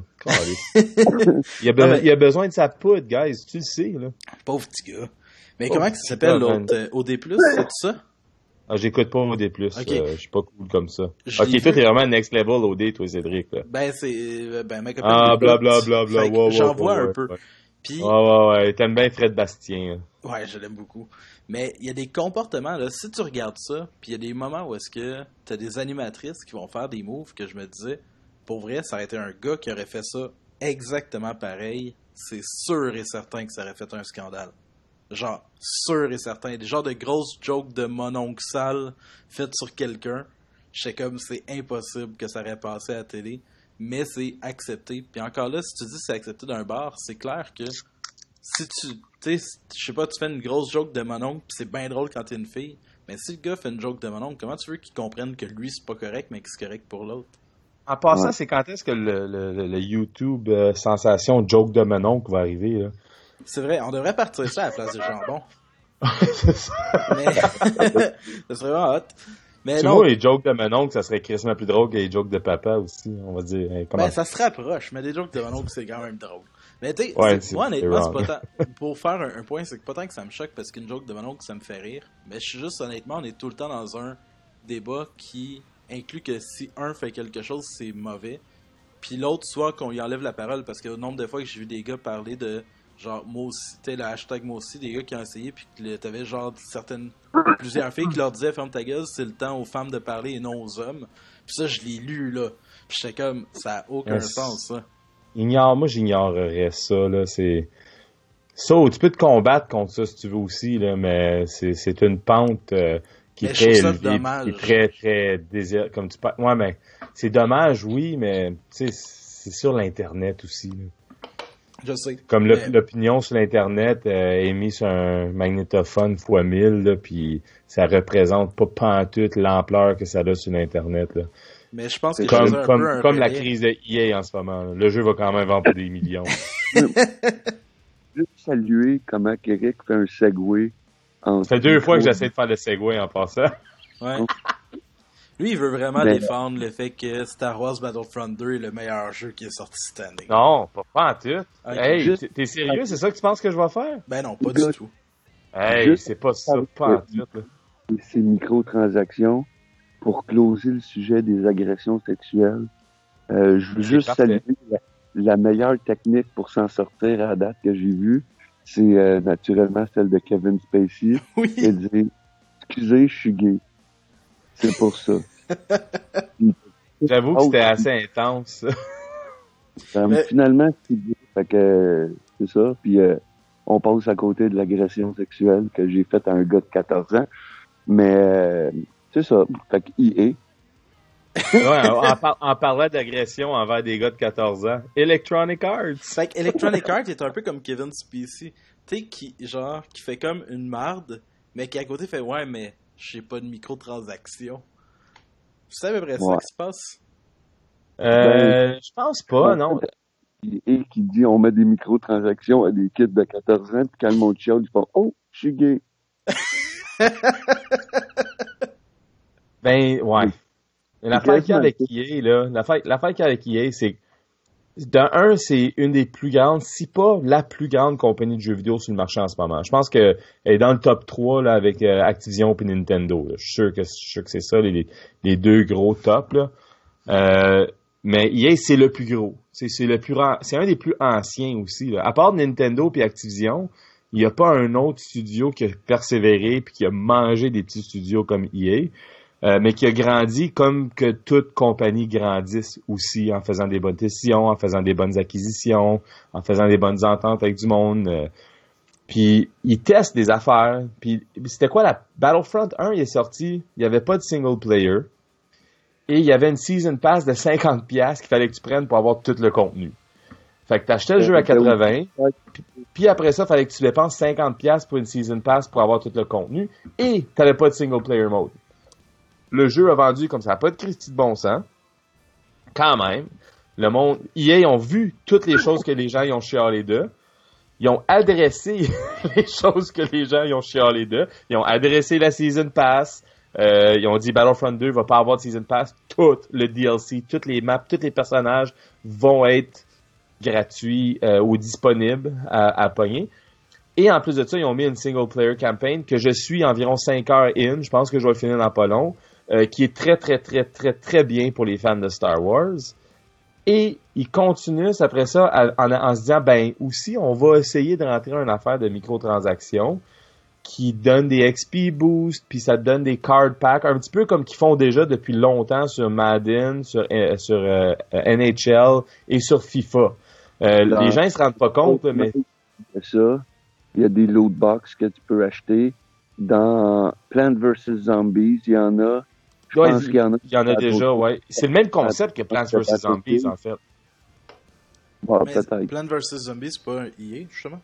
il a besoin de sa poudre, guys. Tu le sais, là. Pauvre petit gars. Mais comment ça s'appelle, l'autre? OD+, c'est tout ça? Ah, j'écoute pas OD+. Okay. Je suis pas cool comme ça. Toi, t'es vraiment next level OD, toi, Cédric, là. Ben, c'est... ma copine... Ah, blablabla. J'en vois un peu. Puis... Ouais. T'aimes bien Fred Bastien. Là. Ouais, je l'aime beaucoup. Mais il y a des comportements, là, si tu regardes ça, puis il y a des moments où est-ce que t'as des animatrices qui vont faire des moves que je me disais, pour vrai, ça aurait été un gars qui aurait fait ça exactement pareil, c'est sûr et certain que ça aurait fait un scandale. Genre, sûr et certain. Des genres de grosses jokes de mononcle sale faites sur quelqu'un. Je sais comme, c'est impossible que ça aurait passé à la télé, mais c'est accepté. Puis encore là, si tu dis que c'est accepté d'un bar, c'est clair que si tu sais, je sais pas, tu fais une grosse joke de mon oncle, pis c'est bien drôle quand t'es une fille, mais si le gars fait une joke de mon oncle, comment tu veux qu'il comprenne que lui c'est pas correct, mais que c'est correct pour l'autre? En passant, c'est quand est-ce que le YouTube sensation joke de mon oncle va arriver, là? C'est vrai, on devrait partir ça à la place de jambon. C'est ça. Mais ça serait vraiment hot. Mais tu vois, les jokes de mon oncle, ça serait crissement plus drôle que les jokes de papa aussi, on va dire. Hey, ben, ça se rapproche, mais des jokes de mon oncle, c'est quand même drôle. Mais tu sais, moi honnêtement, c'est pas tant... Pour faire un point, c'est que pas tant que ça me choque parce qu'une joke de mon oncle, ça me fait rire. Mais je suis juste, honnêtement, on est tout le temps dans un débat qui inclut que si un fait quelque chose, c'est mauvais. Puis l'autre, soit qu'on lui enlève la parole parce que au nombre de fois que j'ai vu des gars parler de genre moi aussi, tu sais, le hashtag moi aussi, des gars qui ont essayé, puis que t'avais genre plusieurs filles qui leur disaient ferme ta gueule, c'est le temps aux femmes de parler et non aux hommes. Puis ça, je l'ai lu, là. Puis j'étais comme, ça a aucun sens, ça. Moi, j'ignorerais ça, là. C'est. Ça, tu peux te combattre contre ça si tu veux aussi, là, mais c'est une pente qui est très élevée, qui est très, très désir. Comme tu parles. Ouais, mais c'est dommage, oui, mais tu sais, c'est sur l'Internet aussi, là. Je sais. Comme l'opinion sur l'Internet est mise sur un magnétophone x1000, là, puis ça représente pas pantoute l'ampleur que ça a sur l'Internet, là. Mais je pense que comme la crise de EA en ce moment. Là. Le jeu va quand même vendre pour des millions. Juste saluer comment Eric fait un segway. Ça fait 2 fois que j'essaie de faire le segway en passant. Ouais. Lui, il veut vraiment défendre le fait que Star Wars Battlefront 2 est le meilleur jeu qui est sorti cette année. Non, pas en tout. Okay. Hey, t'es sérieux? C'est ça que tu penses que je vais faire? Ben non, pas du tout. Hey, c'est pas ça, pas en tout. Là. Ces microtransactions, pour closer le sujet des agressions sexuelles, je veux juste saluer la meilleure technique pour s'en sortir à date que j'ai vue. c'est naturellement celle de Kevin Spacey. Oui. Il dit « Excusez, je suis gay. » C'est pour ça. J'avoue que c'était assez intense. Mais- Finalement, c'est gay. Fait que c'est ça. Puis on passe à côté de l'agression sexuelle que j'ai faite à un gars de 14 ans. Mais c'est ça. Fait que EA. Ouais, en parlant d'agression envers des gars de 14 ans. Electronic Arts. Fait que Electronic Arts est un peu comme Kevin Spacey. Tu sais, qui fait comme une marde, mais qui à côté fait ouais, mais j'ai pas de microtransactions. C'est à peu près ça qui se passe. Je pense pas, non. Et qui dit on met des microtransactions à des kids de 14 ans, puis quand le monde chiale, ils font oh, je suis gay. Ben, ouais. L'affaire qu'il y a avec EA, là, l'affaire qu'il y a avec EA, c'est c'est une des plus grandes, si pas la plus grande compagnie de jeux vidéo sur le marché en ce moment. Je pense qu'elle est dans le top 3 là, avec Activision et Nintendo. Là. Je suis sûr que c'est ça, les deux gros tops. Là. Mais EA, c'est le plus gros. C'est un des plus anciens aussi. Là. À part Nintendo et Activision, il n'y a pas un autre studio qui a persévéré puis qui a mangé des petits studios comme EA. Mais qui a grandi comme que toute compagnie grandisse aussi en faisant des bonnes décisions, en faisant des bonnes acquisitions, en faisant des bonnes ententes avec du monde. Puis ils testent des affaires. Puis c'était quoi la Battlefront 1 il est sorti, il n'y avait pas de single player. Et il y avait une season pass de 50$ qu'il fallait que tu prennes pour avoir tout le contenu. Fait que t'achetais le jeu à 80, puis après ça, il fallait que tu dépenses 50$ pour une season pass pour avoir tout le contenu. Et t'avais pas de single player mode. Le jeu a vendu comme ça, pas de Christy de bon sens. Quand même, le monde, EA ont vu toutes les choses que les gens y ont chialé d'eux. Ils ont adressé les choses que les gens y ont chialé d'eux. Ils ont adressé la Season Pass. Ils ont dit Battlefront 2 va pas avoir de Season Pass. Tout le DLC, toutes les maps, tous les personnages vont être gratuits ou disponibles à pogner. Et en plus de ça, ils ont mis une single player campaign que je suis environ 5 heures in. Je pense que je vais le finir dans pas long. Qui est très, très, très, très, très bien pour les fans de Star Wars. Et ils continuent après ça en se disant, ben, aussi, on va essayer de rentrer une affaire de microtransactions qui donne des XP boosts, puis ça donne des card packs, un petit peu comme qu'ils font déjà depuis longtemps sur Madden, sur NHL et sur FIFA. Les gens, ils se rendent pas compte, mais... Ça, il y a des loot box que tu peux acheter. Dans Plants vs. Zombies, il y en a. Je pense qu'il y en a. Il y en a déjà, ouais. C'est le même concept que Plants vs. Zombies, en fait. Ouais, peut-être. Plants vs. Zombies, c'est pas un EA, justement?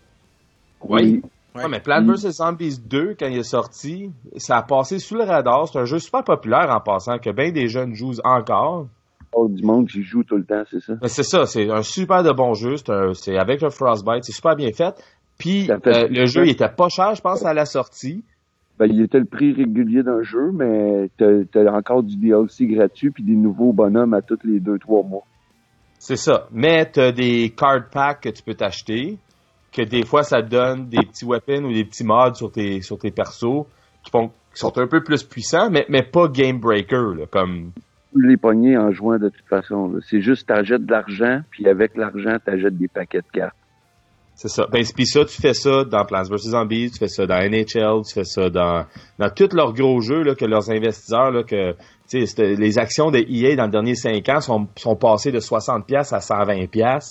Oui. Ouais, mais Plants vs. Zombies 2, quand il est sorti, ça a passé sous le radar. C'est un jeu super populaire en passant, que bien des jeunes jouent encore. Oh, du monde qui joue tout le temps, c'est ça? Mais c'est ça, c'est un super de bon jeu. C'est avec le Frostbite, c'est super bien fait. Puis le jeu, il était pas cher, je pense, à la sortie. Ben, il était le prix régulier d'un jeu, mais t'as encore du DLC gratuit puis des nouveaux bonhommes à tous les 2-3 mois. C'est ça. Mais t'as des card packs que tu peux t'acheter, que des fois ça te donne des petits weapons ou des petits mods sur tes persos qui sont un peu plus puissants, mais pas game breaker, là, comme... Tu peux les pogner en jouant de toute façon. Là. C'est juste t'achètes de l'argent, puis avec l'argent, t'achètes des paquets de cartes. C'est ça. Ben, puis ça, tu fais ça dans Plants vs. Zombies, tu fais ça dans NHL, tu fais ça dans tous leurs gros jeux, là, que leurs investisseurs, là, que, tu sais, les actions de EA dans les derniers 5 ans sont passées de 60$ à 120$.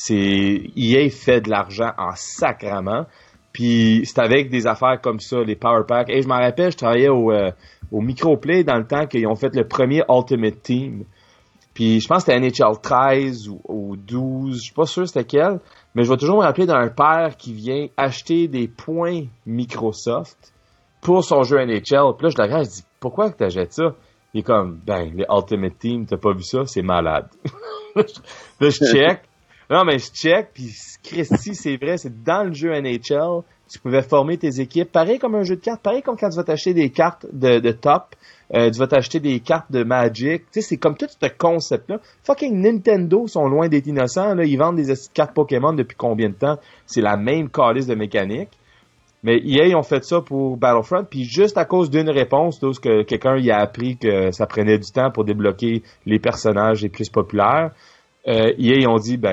EA fait de l'argent en sacrament. Puis c'est avec des affaires comme ça, les Power Packs. Et je m'en rappelle, je travaillais au Microplay dans le temps qu'ils ont fait le premier Ultimate Team. Puis je pense que c'était NHL 13 ou 12, je suis pas sûr c'était quel, mais je vais toujours me rappeler d'un père qui vient acheter des points Microsoft pour son jeu NHL. Puis là, je le regarde, je dis, pourquoi que t'achètes ça? Il est comme, ben, les Ultimate Team, t'as pas vu ça? C'est malade. Là, je check. Non, mais je check, puis Christy, c'est vrai, c'est dans le jeu NHL, tu pouvais former tes équipes, pareil comme un jeu de cartes, pareil comme quand tu vas t'acheter des cartes de top, tu vas t'acheter des cartes de Magic, tu sais, c'est comme tout ce concept-là. Fucking Nintendo sont loin d'être innocents, là, ils vendent des cartes Pokémon depuis combien de temps? C'est la même calice de mécanique. Mais EA ont fait ça pour Battlefront, puis juste à cause d'une réponse, parce que quelqu'un y a appris que ça prenait du temps pour débloquer les personnages les plus populaires, EA ont dit, ben,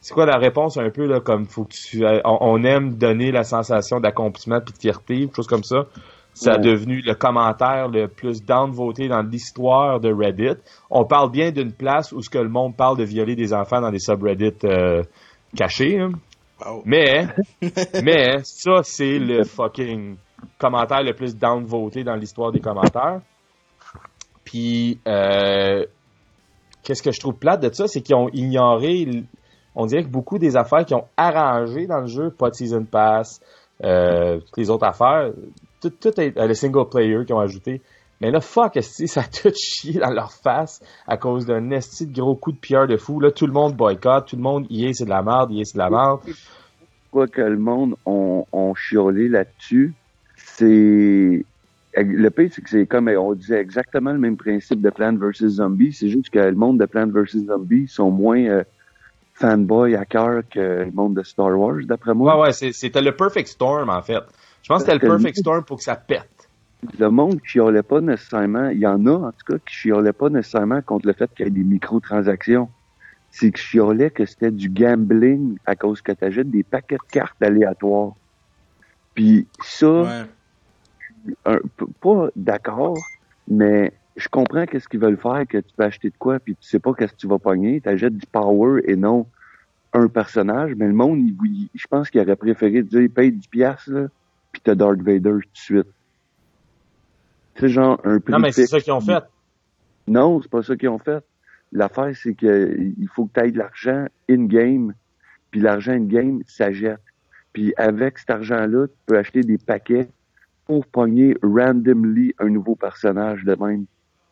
c'est quoi la réponse un peu là, comme faut que on aime donner la sensation d'accomplissement puis de fierté, quelque chose comme ça. Ça a devenu le commentaire le plus downvoté dans l'histoire de Reddit. On parle bien d'une place où ce que le monde parle de violer des enfants dans des subreddits cachés. Hein. Wow. Mais ça, c'est le fucking commentaire le plus downvoté dans l'histoire des commentaires. Puis, qu'est-ce que je trouve plate de ça, c'est qu'ils ont ignoré, on dirait que beaucoup des affaires qu'ils ont arrangées dans le jeu, pas de Season Pass, toutes les autres affaires, tout est le single player qu'ils ont ajouté. Mais là, fuck, ça a tout chié dans leur face à cause d'un esti de gros coup de pierre de fou. Là, tout le monde boycotte, tout le monde, c'est de la merde, c'est de la merde. Quoi que le monde ont chiolé là-dessus, c'est... Le pire, c'est que c'est comme on disait exactement le même principe de Plants vs. Zombies. C'est juste que le monde de Plants vs. Zombies sont moins fanboy à cœur que le monde de Star Wars, d'après moi. Ouais, c'était le perfect storm, en fait. Je pense que c'était le perfect storm pour que ça pète. Le monde qui chialait pas nécessairement, il y en a en tout cas qui chialait pas nécessairement contre le fait qu'il y ait des microtransactions. C'est que chialait que c'était du gambling à cause que tu achètes des paquets de cartes aléatoires. Puis ça, pas d'accord, mais je comprends qu'est-ce qu'ils veulent faire, que tu peux acheter de quoi, puis tu sais pas qu'est-ce que tu vas pogner. Tu achètes du power et non un personnage. Mais le monde, je pense qu'il aurait préféré te dire paye 10$, là, puis t'as Darth Vader tout de suite. C'est genre un prix. Non, mais c'est ça qu'ils ont fait. Non, c'est pas ça qu'ils ont fait. L'affaire, c'est que il faut que tu aies de l'argent in-game, puis l'argent in-game, ça jette. Puis avec cet argent-là, tu peux acheter des paquets pour pogner randomly un nouveau personnage de même.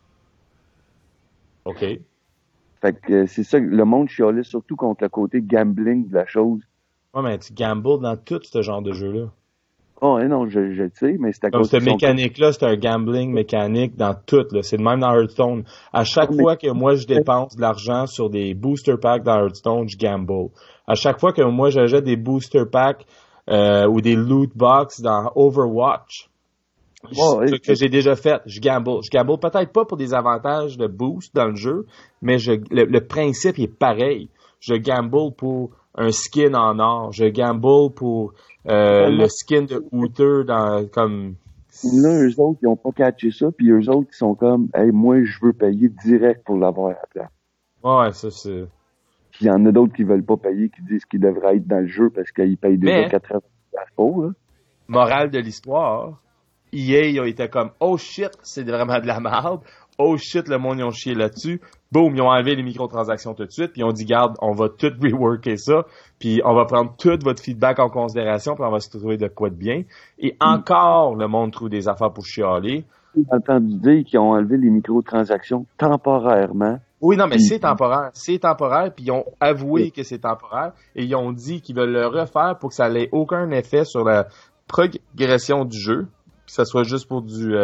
OK. Fait que c'est ça, le monde chialait surtout contre le côté gambling de la chose. Ouais, mais tu gambles dans tout ce genre de jeu-là. Oh, non, je sais, mais c'est à cause de cette mécanique-là, c'est un gambling mécanique dans tout, là. C'est le même dans Hearthstone. À chaque fois que moi, je dépense de l'argent sur des booster packs dans Hearthstone, je gamble. À chaque fois que moi, j'achète des booster packs ou des loot box dans Overwatch, ce que j'ai déjà fait, je gamble. Je gamble peut-être pas pour des avantages de boost dans le jeu, mais le principe est pareil. Je gamble pour un skin en or. Je gamble pour le skin de Hooter dans comme... Là, eux autres, ils ont pas catché ça, puis eux autres, ils sont comme « Hey, moi, je veux payer direct pour l'avoir à la place. » Ouais, ça, c'est... Puis il y en a d'autres qui veulent pas payer, qui disent qu'ils devraient être dans le jeu parce qu'ils payent déjà 80$ pour, là. Morale de l'histoire, EA a été comme « Oh shit, c'est vraiment de la merde. Oh shit, le monde, ils ont chié là-dessus. » Boom, ils ont enlevé les microtransactions tout de suite, puis ils ont dit, garde, on va tout reworker ça, puis on va prendre tout votre feedback en considération, puis on va se trouver de quoi de bien. Et encore, le monde trouve des affaires pour chialer. J'ai entendu dire qu'ils ont enlevé les microtransactions temporairement. Oui, non, mais c'est temporaire. C'est temporaire, puis ils ont avoué que c'est temporaire, et ils ont dit qu'ils veulent le refaire pour que ça n'ait aucun effet sur la progression du jeu, que ça soit juste pour du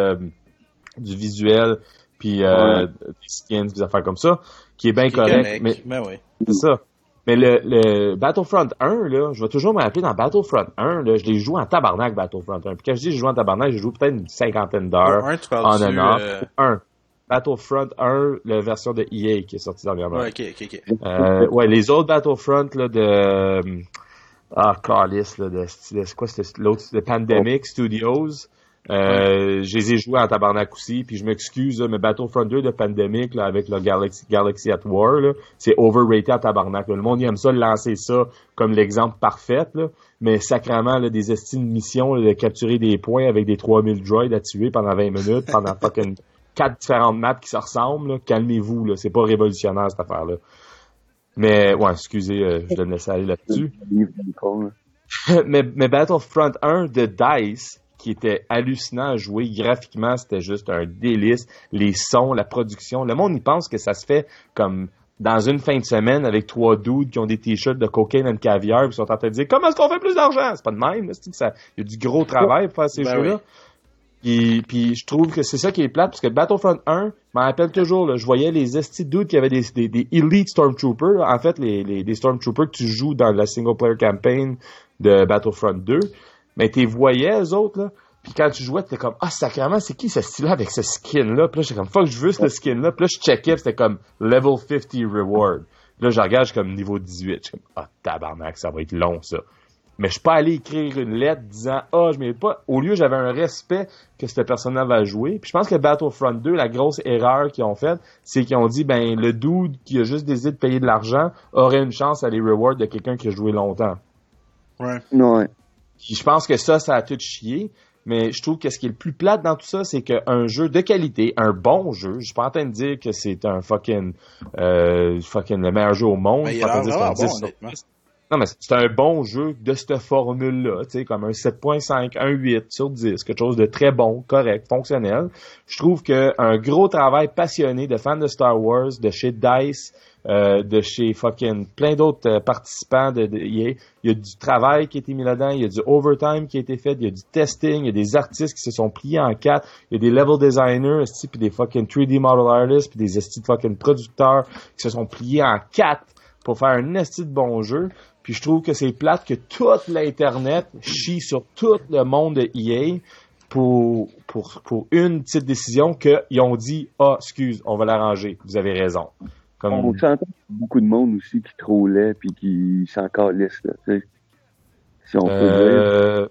visuel, puis des skins, des affaires comme ça, qui est bien correct. Mais ouais. C'est ça. Mais le Battlefront 1, là, je vais toujours me rappeler dans Battlefront 1, là, je l'ai joué en tabarnak, Battlefront 1. Puis quand je dis je joue en tabarnak, j'ai joué peut-être une cinquantaine d'heures en un an. Battlefront 1, la version de EA qui est sortie dernièrement. Ouais, ok. Ouais, les autres Battlefront, là, de... Callis, là, c'est quoi, c'était l'autre, de Pandemic Studios. Je les ai joués en tabarnak aussi, puis je m'excuse, là, mais Battlefront 2 de Pandemic, là, avec le Galaxy at War, là, c'est overrated en tabarnak, là. Le monde aime ça, lancer ça comme l'exemple parfait, là, mais sacrément, là, des estimes de mission, là, de capturer des points avec des 3000 droids à tuer pendant 20 minutes, pendant fucking 4 différentes maps qui se ressemblent, là. Calmez-vous, là, c'est pas révolutionnaire cette affaire-là. Mais, ouais, excusez, je donne ça aller là-dessus. mais Battlefront 1 de DICE, qui était hallucinant à jouer graphiquement, c'était juste un délice. Les sons, la production, le monde y pense que ça se fait comme dans une fin de semaine avec 3 dudes qui ont des t-shirts de cocaine and caviar puis sont en train de dire comment est-ce qu'on fait plus d'argent? C'est pas de même, il y a du gros travail pour faire ces jeux-là. Oui. Puis je trouve que c'est ça qui est plate, parce que Battlefront 1, je m'en rappelle toujours, là, je voyais les esti dudes qui avaient des Elite Stormtroopers, là, en fait les Stormtroopers que tu joues dans la single player campaign de Battlefront 2. Mais t'es voyais, eux autres, là. Puis quand tu jouais, t'étais comme, sacrément, c'est qui ce style-là avec ce skin-là? Puis là, j'étais comme, fuck, je veux ce skin-là. Puis là, je checkais, c'était comme level 50 reward. Là, je regarde, je suis comme niveau 18. Je suis comme, ah, tabarnak, ça va être long, ça. Mais je suis pas allé écrire une lettre disant, je mérite pas. Au lieu, j'avais un respect que cette personne-là va jouer. Puis je pense que Battlefront 2, la grosse erreur qu'ils ont faite, c'est qu'ils ont dit, le dude qui a juste décidé de payer de l'argent aurait une chance à les rewards de quelqu'un qui a joué longtemps. Ouais. Puis je pense que ça a tout chié. Mais je trouve que ce qui est le plus plate dans tout ça, c'est qu'un jeu de qualité, un bon jeu, je suis pas en train de dire que c'est un fucking le meilleur jeu au monde. Il a l'air bon, honnêtement. Non, mais c'est un bon jeu de cette formule-là, tu sais, comme un 7.5, un 8 sur 10, quelque chose de très bon, correct, fonctionnel. Je trouve que un gros travail passionné de fans de Star Wars, de chez DICE, de chez fucking plein d'autres participants de EA, il y a du travail qui a été mis là-dedans, il y a du overtime qui a été fait, il y a du testing, il y a des artistes qui se sont pliés en 4, il y a des level designers, puis des fucking 3D model artists, puis des fucking producteurs qui se sont pliés en 4 pour faire un esti de bon jeu. Puis je trouve que c'est plate que toute l'Internet chie sur tout le monde de EA pour une petite décision qu'ils ont dit « Ah, excuse, on va l'arranger. Vous avez raison. » On s'entend beaucoup de monde aussi qui trollait puis qui s'en calisse, là, tu sais. Si on peut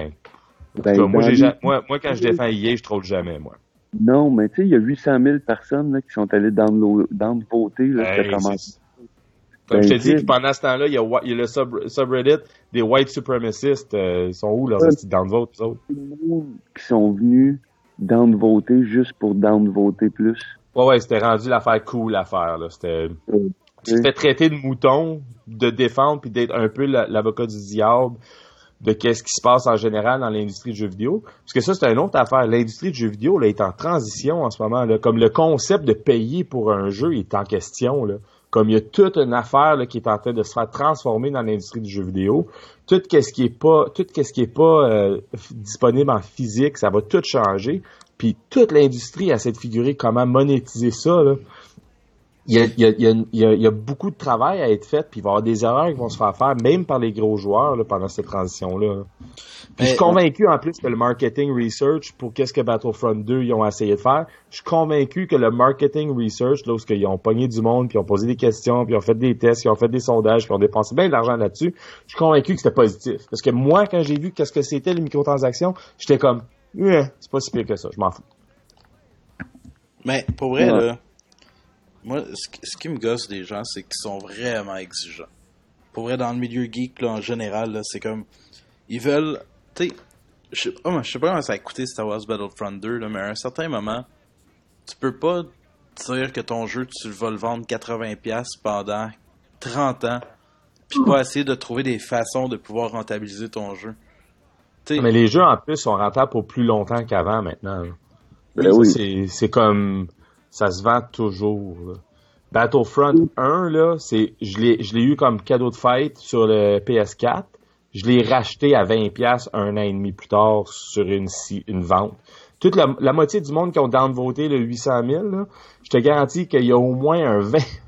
dire. Moi, quand je défends EA, je troll jamais, moi. Non, mais tu sais, il y a 800 000 personnes là, qui sont allées downvoter, là, ça commence. Comme je te dis, pendant ce temps-là, il y a le subreddit des white supremacists. Ils sont où, leurs petits downvotes, eux autres? Qui sont venus downvoter juste pour downvoter plus. Ouais, c'était rendu l'affaire cool, l'affaire, là. C'était... Tu te fais traiter de mouton, de défendre, puis d'être un peu l'avocat du diable de qu'est-ce qui se passe en général dans l'industrie du jeu vidéo. Parce que ça, c'est une autre affaire. L'industrie du jeu vidéo, là, est en transition en ce moment, là. Comme le concept de payer pour un jeu est en question, là. Comme il y a toute une affaire là, qui est en train de se faire transformer dans l'industrie du jeu vidéo, tout ce qui est pas disponible en physique, ça va tout changer. Puis toute l'industrie essaie de figurer comment monétiser ça, là. Il y a beaucoup de travail à être fait, puis il va y avoir des erreurs qui vont se faire même par les gros joueurs là, pendant cette transition-là. Puis je suis convaincu en plus que le marketing research pour qu'est-ce que Battlefront 2 ils ont essayé de faire, je suis convaincu que le marketing research, là où ils ont pogné du monde, puis ils ont posé des questions, puis ils ont fait des tests, ils ont fait des sondages, puis ils ont dépensé bien de l'argent là-dessus, je suis convaincu que c'était positif. Parce que moi, quand j'ai vu qu'est-ce que c'était les microtransactions, j'étais comme c'est pas si pire que ça, je m'en fous. Mais pour vrai, là, moi, ce qui me gosse des gens, c'est qu'ils sont vraiment exigeants. Pour vrai, dans le milieu geek, là, en général, là, c'est comme... Ils veulent... Tu sais, je sais pas comment ça a coûté Star Wars Battlefront 2, là, mais à un certain moment, tu peux pas dire que ton jeu, tu vas le vendre 80$ pendant 30 ans, puis pas essayer de trouver des façons de pouvoir rentabiliser ton jeu. T'sais, mais les jeux, en plus, sont rentables pour plus longtemps qu'avant, maintenant. C'est comme... Ça se vend toujours, là. Battlefront 1, là, je l'ai eu comme cadeau de fête sur le PS4. Je l'ai racheté à 20$ un an et demi plus tard sur une vente. Toute la moitié du monde qui ont downvoté le 800 000, là, je te garantis qu'il y a au moins un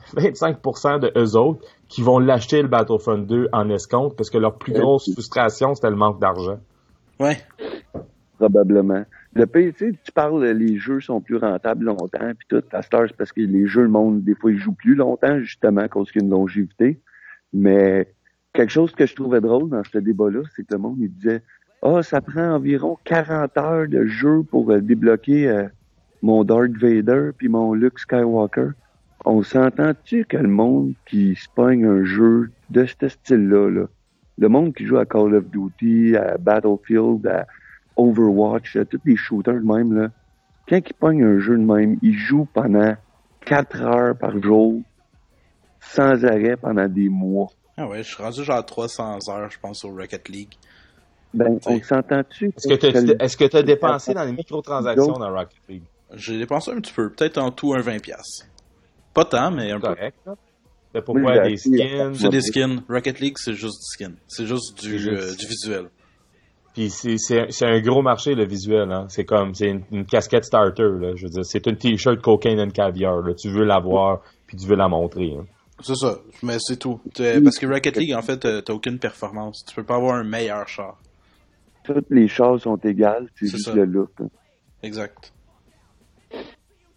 25% de eux autres qui vont l'acheter le Battlefront 2 en escompte parce que leur plus grosse frustration, c'était le manque d'argent. Ouais. Probablement. Le pire, tu sais, tu parles, les jeux sont plus rentables longtemps, puis tout, à Star, c'est parce que les jeux, le monde, des fois, ils jouent plus longtemps, justement, à cause qu'il y a une longévité. Mais quelque chose que je trouvais drôle dans ce débat-là, c'est que le monde, il disait ça prend environ 40 heures de jeu pour débloquer mon Darth Vader puis mon Luke Skywalker. On s'entend-tu que le monde qui se pogne un jeu de ce style-là, là, le monde qui joue à Call of Duty, à Battlefield, à Overwatch, tous les shooters de même, là, quand ils pognent un jeu de même, ils jouent pendant 4 heures par jour, sans arrêt pendant des mois. Ah ouais, je suis rendu genre 300 heures, je pense, au Rocket League. On s'entend-tu? Est-ce que tu as dépensé dans les microtransactions dans Rocket League? J'ai dépensé un petit peu, peut-être en tout un 20$. Pas tant, mais un correct, peu. C'est pourquoi des skins? C'est des skins. Rocket League, c'est juste du skin. C'est juste du visuel. Puis c'est un gros marché, le visuel, hein. C'est une casquette starter, là. Je veux dire, c'est une t-shirt cocaine and caviar, là. Tu veux l'avoir, puis tu veux la montrer, hein. C'est ça, mais c'est tout. Parce que Rocket League, en fait, t'as aucune performance. Tu peux pas avoir un meilleur char. Toutes les chars sont égales, c'est juste ça. Le look. Hein. Exact.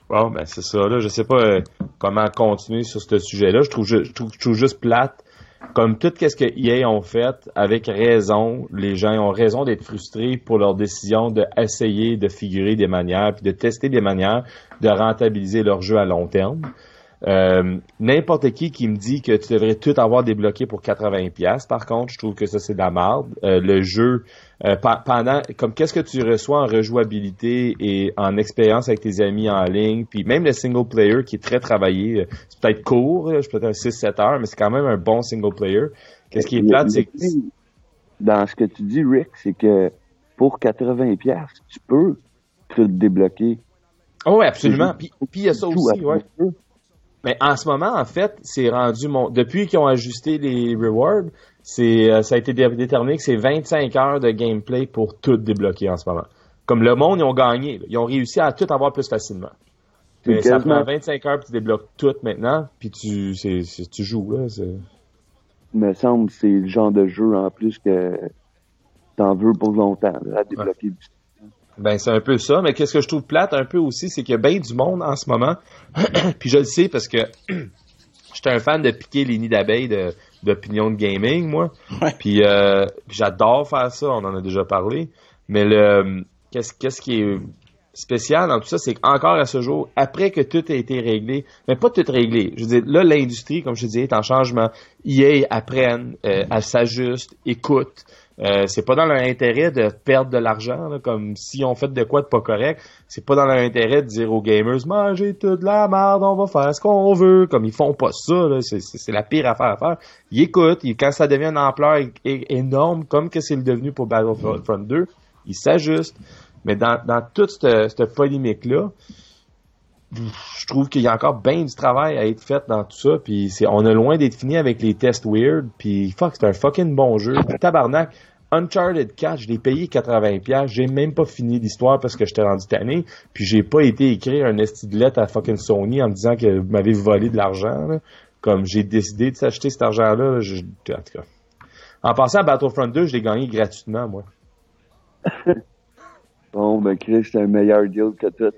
Bon, ben c'est ça, là. Je sais pas comment continuer sur ce sujet-là. Je trouve juste plate. Comme tout ce que EA ont fait, avec raison, les gens ont raison d'être frustrés pour leur décision d'essayer de figurer des manières, puis de tester des manières de rentabiliser leur jeu à long terme. N'importe qui me dit que tu devrais tout avoir débloqué pour 80$, par contre, je trouve que ça c'est de la merde. Le jeu, pendant, comme qu'est-ce que tu reçois en rejouabilité et en expérience avec tes amis en ligne, puis même le single player qui est très travaillé, c'est peut-être court, là, peut-être un 6-7 heures, mais c'est quand même un bon single player. Qu'est-ce qui est plate, c'est que... Dans ce que tu dis, Rick, c'est que pour 80$, tu peux tout débloquer. Oh, oui, absolument. Puis il y a ça aussi, ouais. Mais en ce moment, en fait, c'est rendu depuis qu'ils ont ajusté les rewards, ça a été déterminé que c'est 25 heures de gameplay pour tout débloquer en ce moment. Comme le monde, ils ont gagné. Là. Ils ont réussi à tout avoir plus facilement. Mais ça prend 25 heures puis tu débloques tout maintenant, puis tu joues, là. Il me semble que c'est le genre de jeu, en plus, que t'en veux pour longtemps, là, à débloquer du. Ben, c'est un peu ça, mais qu'est-ce que je trouve plate un peu aussi, c'est qu'il y a bien du monde en ce moment, puis je le sais parce que j'étais un fan de piquer les nids d'abeilles d'opinion de gaming, moi, puis j'adore faire ça, on en a déjà parlé, mais qu'est-ce qui est spécial dans tout ça, c'est qu'encore à ce jour, après que tout a été réglé, mais pas tout réglé, je veux dire, là, l'industrie, comme je te disais, est en changement, EA apprennent, elle s'ajuste, écoute. C'est pas dans leur intérêt de perdre de l'argent, là, comme si on fait de quoi de pas correct. C'est pas dans leur intérêt de dire aux gamers, mangez toute la merde, on va faire ce qu'on veut. Comme ils font pas ça, là, c'est la pire affaire à faire. Ils écoutent, quand ça devient une ampleur énorme, comme que c'est le devenu pour Battlefront 2, ils s'ajustent. Mais dans toute cette polémique-là, je trouve qu'il y a encore bien du travail à être fait dans tout ça, puis on est loin d'être fini avec les tests weird, puis c'est un fucking bon jeu. Tabarnak, Uncharted 4, je l'ai payé 80$, j'ai même pas fini l'histoire parce que j'étais rendu tanné, puis j'ai pas été écrire un esti de lettre à fucking Sony en me disant que vous m'avez volé de l'argent, là. Comme j'ai décidé de s'acheter cet argent-là, en tout cas. En passant à Battlefront 2, je l'ai gagné gratuitement, moi. Bon, ben Chris, c'est un meilleur deal que tout.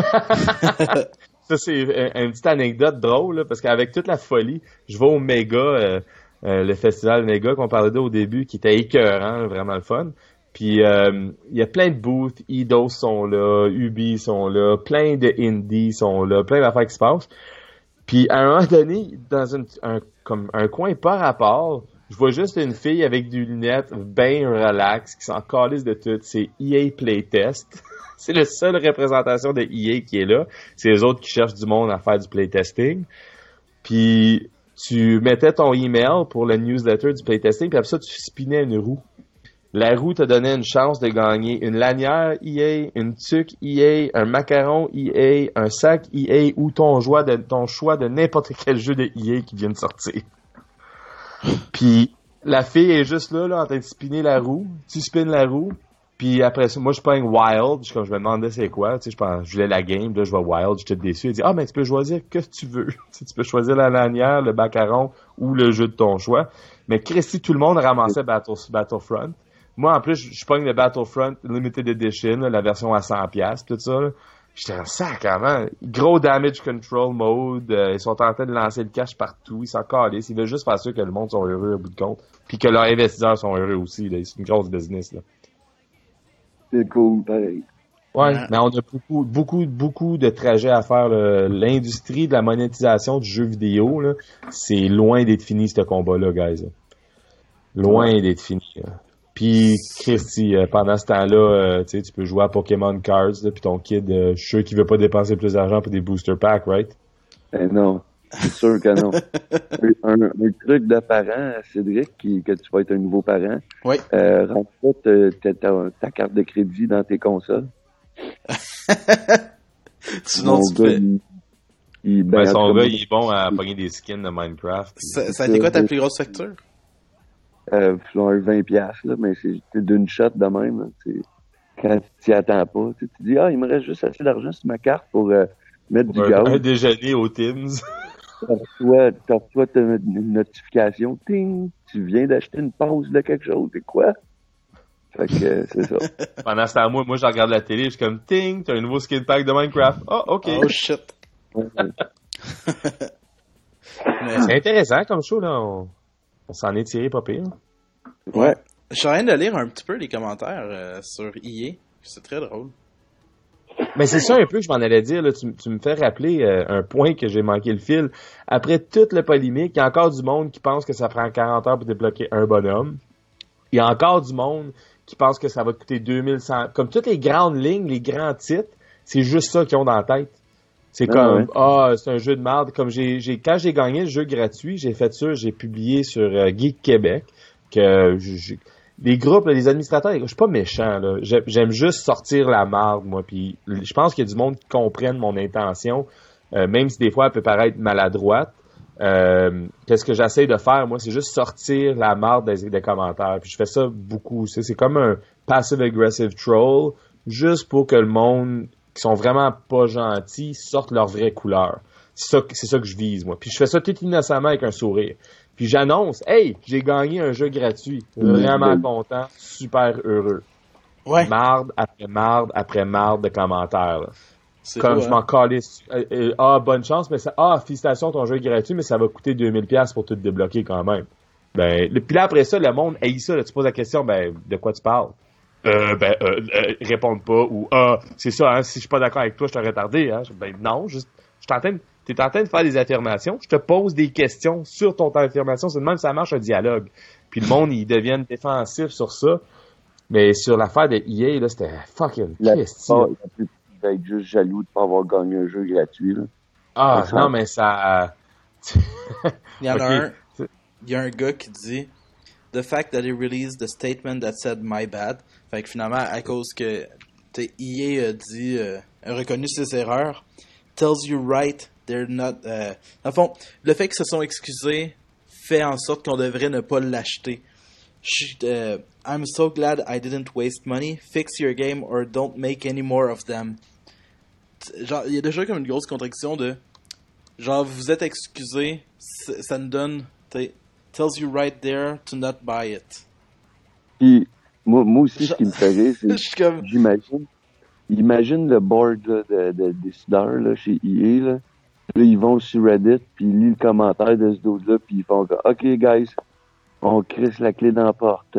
Ça, c'est une petite anecdote drôle, là, parce qu'avec toute la folie, je vais au Méga, le festival Méga qu'on parlait d'au début, qui était écœurant, vraiment le fun. Puis, il y a plein de booths, Eidos sont là, Ubi sont là, plein de indies sont là, plein d'affaires qui se passent. Puis, à un moment donné, dans comme un coin par rapport, je vois juste une fille avec des lunettes bien relax, qui s'en calisse de tout. C'est EA Playtest. C'est la seule représentation de EA qui est là. C'est les autres qui cherchent du monde à faire du playtesting. Puis, tu mettais ton email pour le newsletter du playtesting, puis après ça, tu spinais une roue. La roue te donnait une chance de gagner une lanière EA, une tuque EA, un macaron EA, un sac EA ou ton choix de n'importe quel jeu de EA qui vient de sortir. Puis la fille est juste là en train de spinner la roue. Tu spins la roue. Puis après ça, moi je pogne Wild. Je me demandais c'est quoi. Tu sais, je voulais la game. Là, je vois Wild. J'étais déçu. Elle dit mais tu peux choisir que tu veux. Tu peux choisir la lanière, le macaron ou le jeu de ton choix. Mais Christy, tout le monde ramassait Battlefront. Moi en plus, je pogne le Battlefront Limited Edition, là, la version à 100$, tout ça. Là. J'étais un sacrément. Gros damage control mode. Ils sont en train de lancer le cash partout. Ils s'en calissent. Ils veulent juste faire sûr que le monde soit heureux au bout de compte. Puis que leurs investisseurs sont heureux aussi. Là. C'est une grosse business. Là. C'est cool, pareil. Ouais, mais on a beaucoup de trajets à faire. Là. L'industrie de la monétisation du jeu vidéo, là, c'est loin d'être fini, ce combat-là, guys. Là. Loin d'être fini. Là. Puis, Christy, pendant ce temps-là, tu peux jouer à Pokémon Cards, puis ton kid, je suis sûr qu'il veut pas dépenser plus d'argent pour des booster packs, right? Non, c'est sûr que non. un truc de parent, Cédric, que tu vas être un nouveau parent. Oui. Rentre pas ta carte de crédit dans tes consoles. Sinon, tu fais... son gars, il est bon à pogner des skins de Minecraft. Ça a été quoi ta plus grosse facture? Genre 20$, là, mais c'est d'une shot de même. Là, quand tu t'y attends pas, tu te dis, il me reste juste assez d'argent sur ma carte pour mettre du gaz. Un déjeuner au Tim's. Tu reçois une notification, ting, tu viens d'acheter une pause de quelque chose, c'est quoi? Fait que c'est ça. Pendant ce temps, moi, je regarde la télé, je suis comme, ting, t'as un nouveau skin pack de Minecraft. Oh, ok. Oh shit. Mais, C'est intéressant comme show, là. On s'en est tiré pas pire. Ouais. je suis en train de lire un petit peu les commentaires sur EA. C'est très drôle. Mais c'est ça un peu que je m'en allais dire. Là. Tu me fais rappeler un point que j'ai manqué le fil. Après toute la polémique, il y a encore du monde qui pense que ça prend 40 heures pour débloquer un bonhomme. Il y a encore du monde qui pense que ça va coûter 2100. Comme toutes les grandes lignes, les grands titres, c'est juste ça qu'ils ont dans la tête. C'est comme, c'est un jeu de merde. Comme quand j'ai gagné le jeu gratuit, j'ai fait ça, j'ai publié sur Geek Québec que les groupes, là, les administrateurs, je suis pas méchant, là. J'aime juste sortir la marde, moi. Puis je pense qu'il y a du monde qui comprenne mon intention, même si des fois elle peut paraître maladroite. Qu'est-ce que j'essaie de faire, moi, c'est juste sortir la marde des commentaires. Puis je fais ça beaucoup. C'est comme un passive-aggressive troll, juste pour que le monde qui sont vraiment pas gentils sortent leur vraie couleur. C'est ça que je vise, moi. Puis je fais ça tout innocemment avec un sourire. Puis j'annonce, hey, j'ai gagné un jeu gratuit. Vraiment content, super heureux. Ouais. Marde après marde après marde de commentaires, là. C'est Comme beau, je m'en calisse. Bonne chance, mais félicitations, ton jeu est gratuit, mais ça va coûter 2000$ pour tout débloquer quand même. Puis là, après ça, le monde haït ça, là, tu poses la question, de quoi tu parles? Répondent pas, ou, c'est ça, hein, si je suis pas d'accord avec toi, je t'aurais retardé, hein. Non, t'es en train de faire des affirmations, je te pose des questions sur ton affirmation, c'est de même que ça marche un dialogue. Puis le monde, ils deviennent défensifs sur ça. Mais sur l'affaire de EA, là, c'était fucking question. D'être juste jaloux de pas avoir gagné un jeu gratuit, là. Non, mais ça... Il y en a un. Il y a un gars qui dit The fact that he released the statement that said my bad. Fait que finalement, à cause que EA a reconnu ses erreurs, tells you right, they're not. Dans le fond, le fait qu'ils se sont excusés fait en sorte qu'on devrait ne pas l'acheter. I'm so glad I didn't waste money. Fix your game or don't make any more of them. Genre, il y a déjà comme une grosse contradiction de genre, vous êtes excusé, ça nous donne tells you right there to not buy it. Puis moi aussi, ce qui me fait rire, c'est comme... imagine le board là, de décideurs là, chez EA, là. Là, ils vont sur Reddit, puis ils lisent le commentaire de ce dude-là, puis ils font « OK, guys, on crisse la clé dans la porte,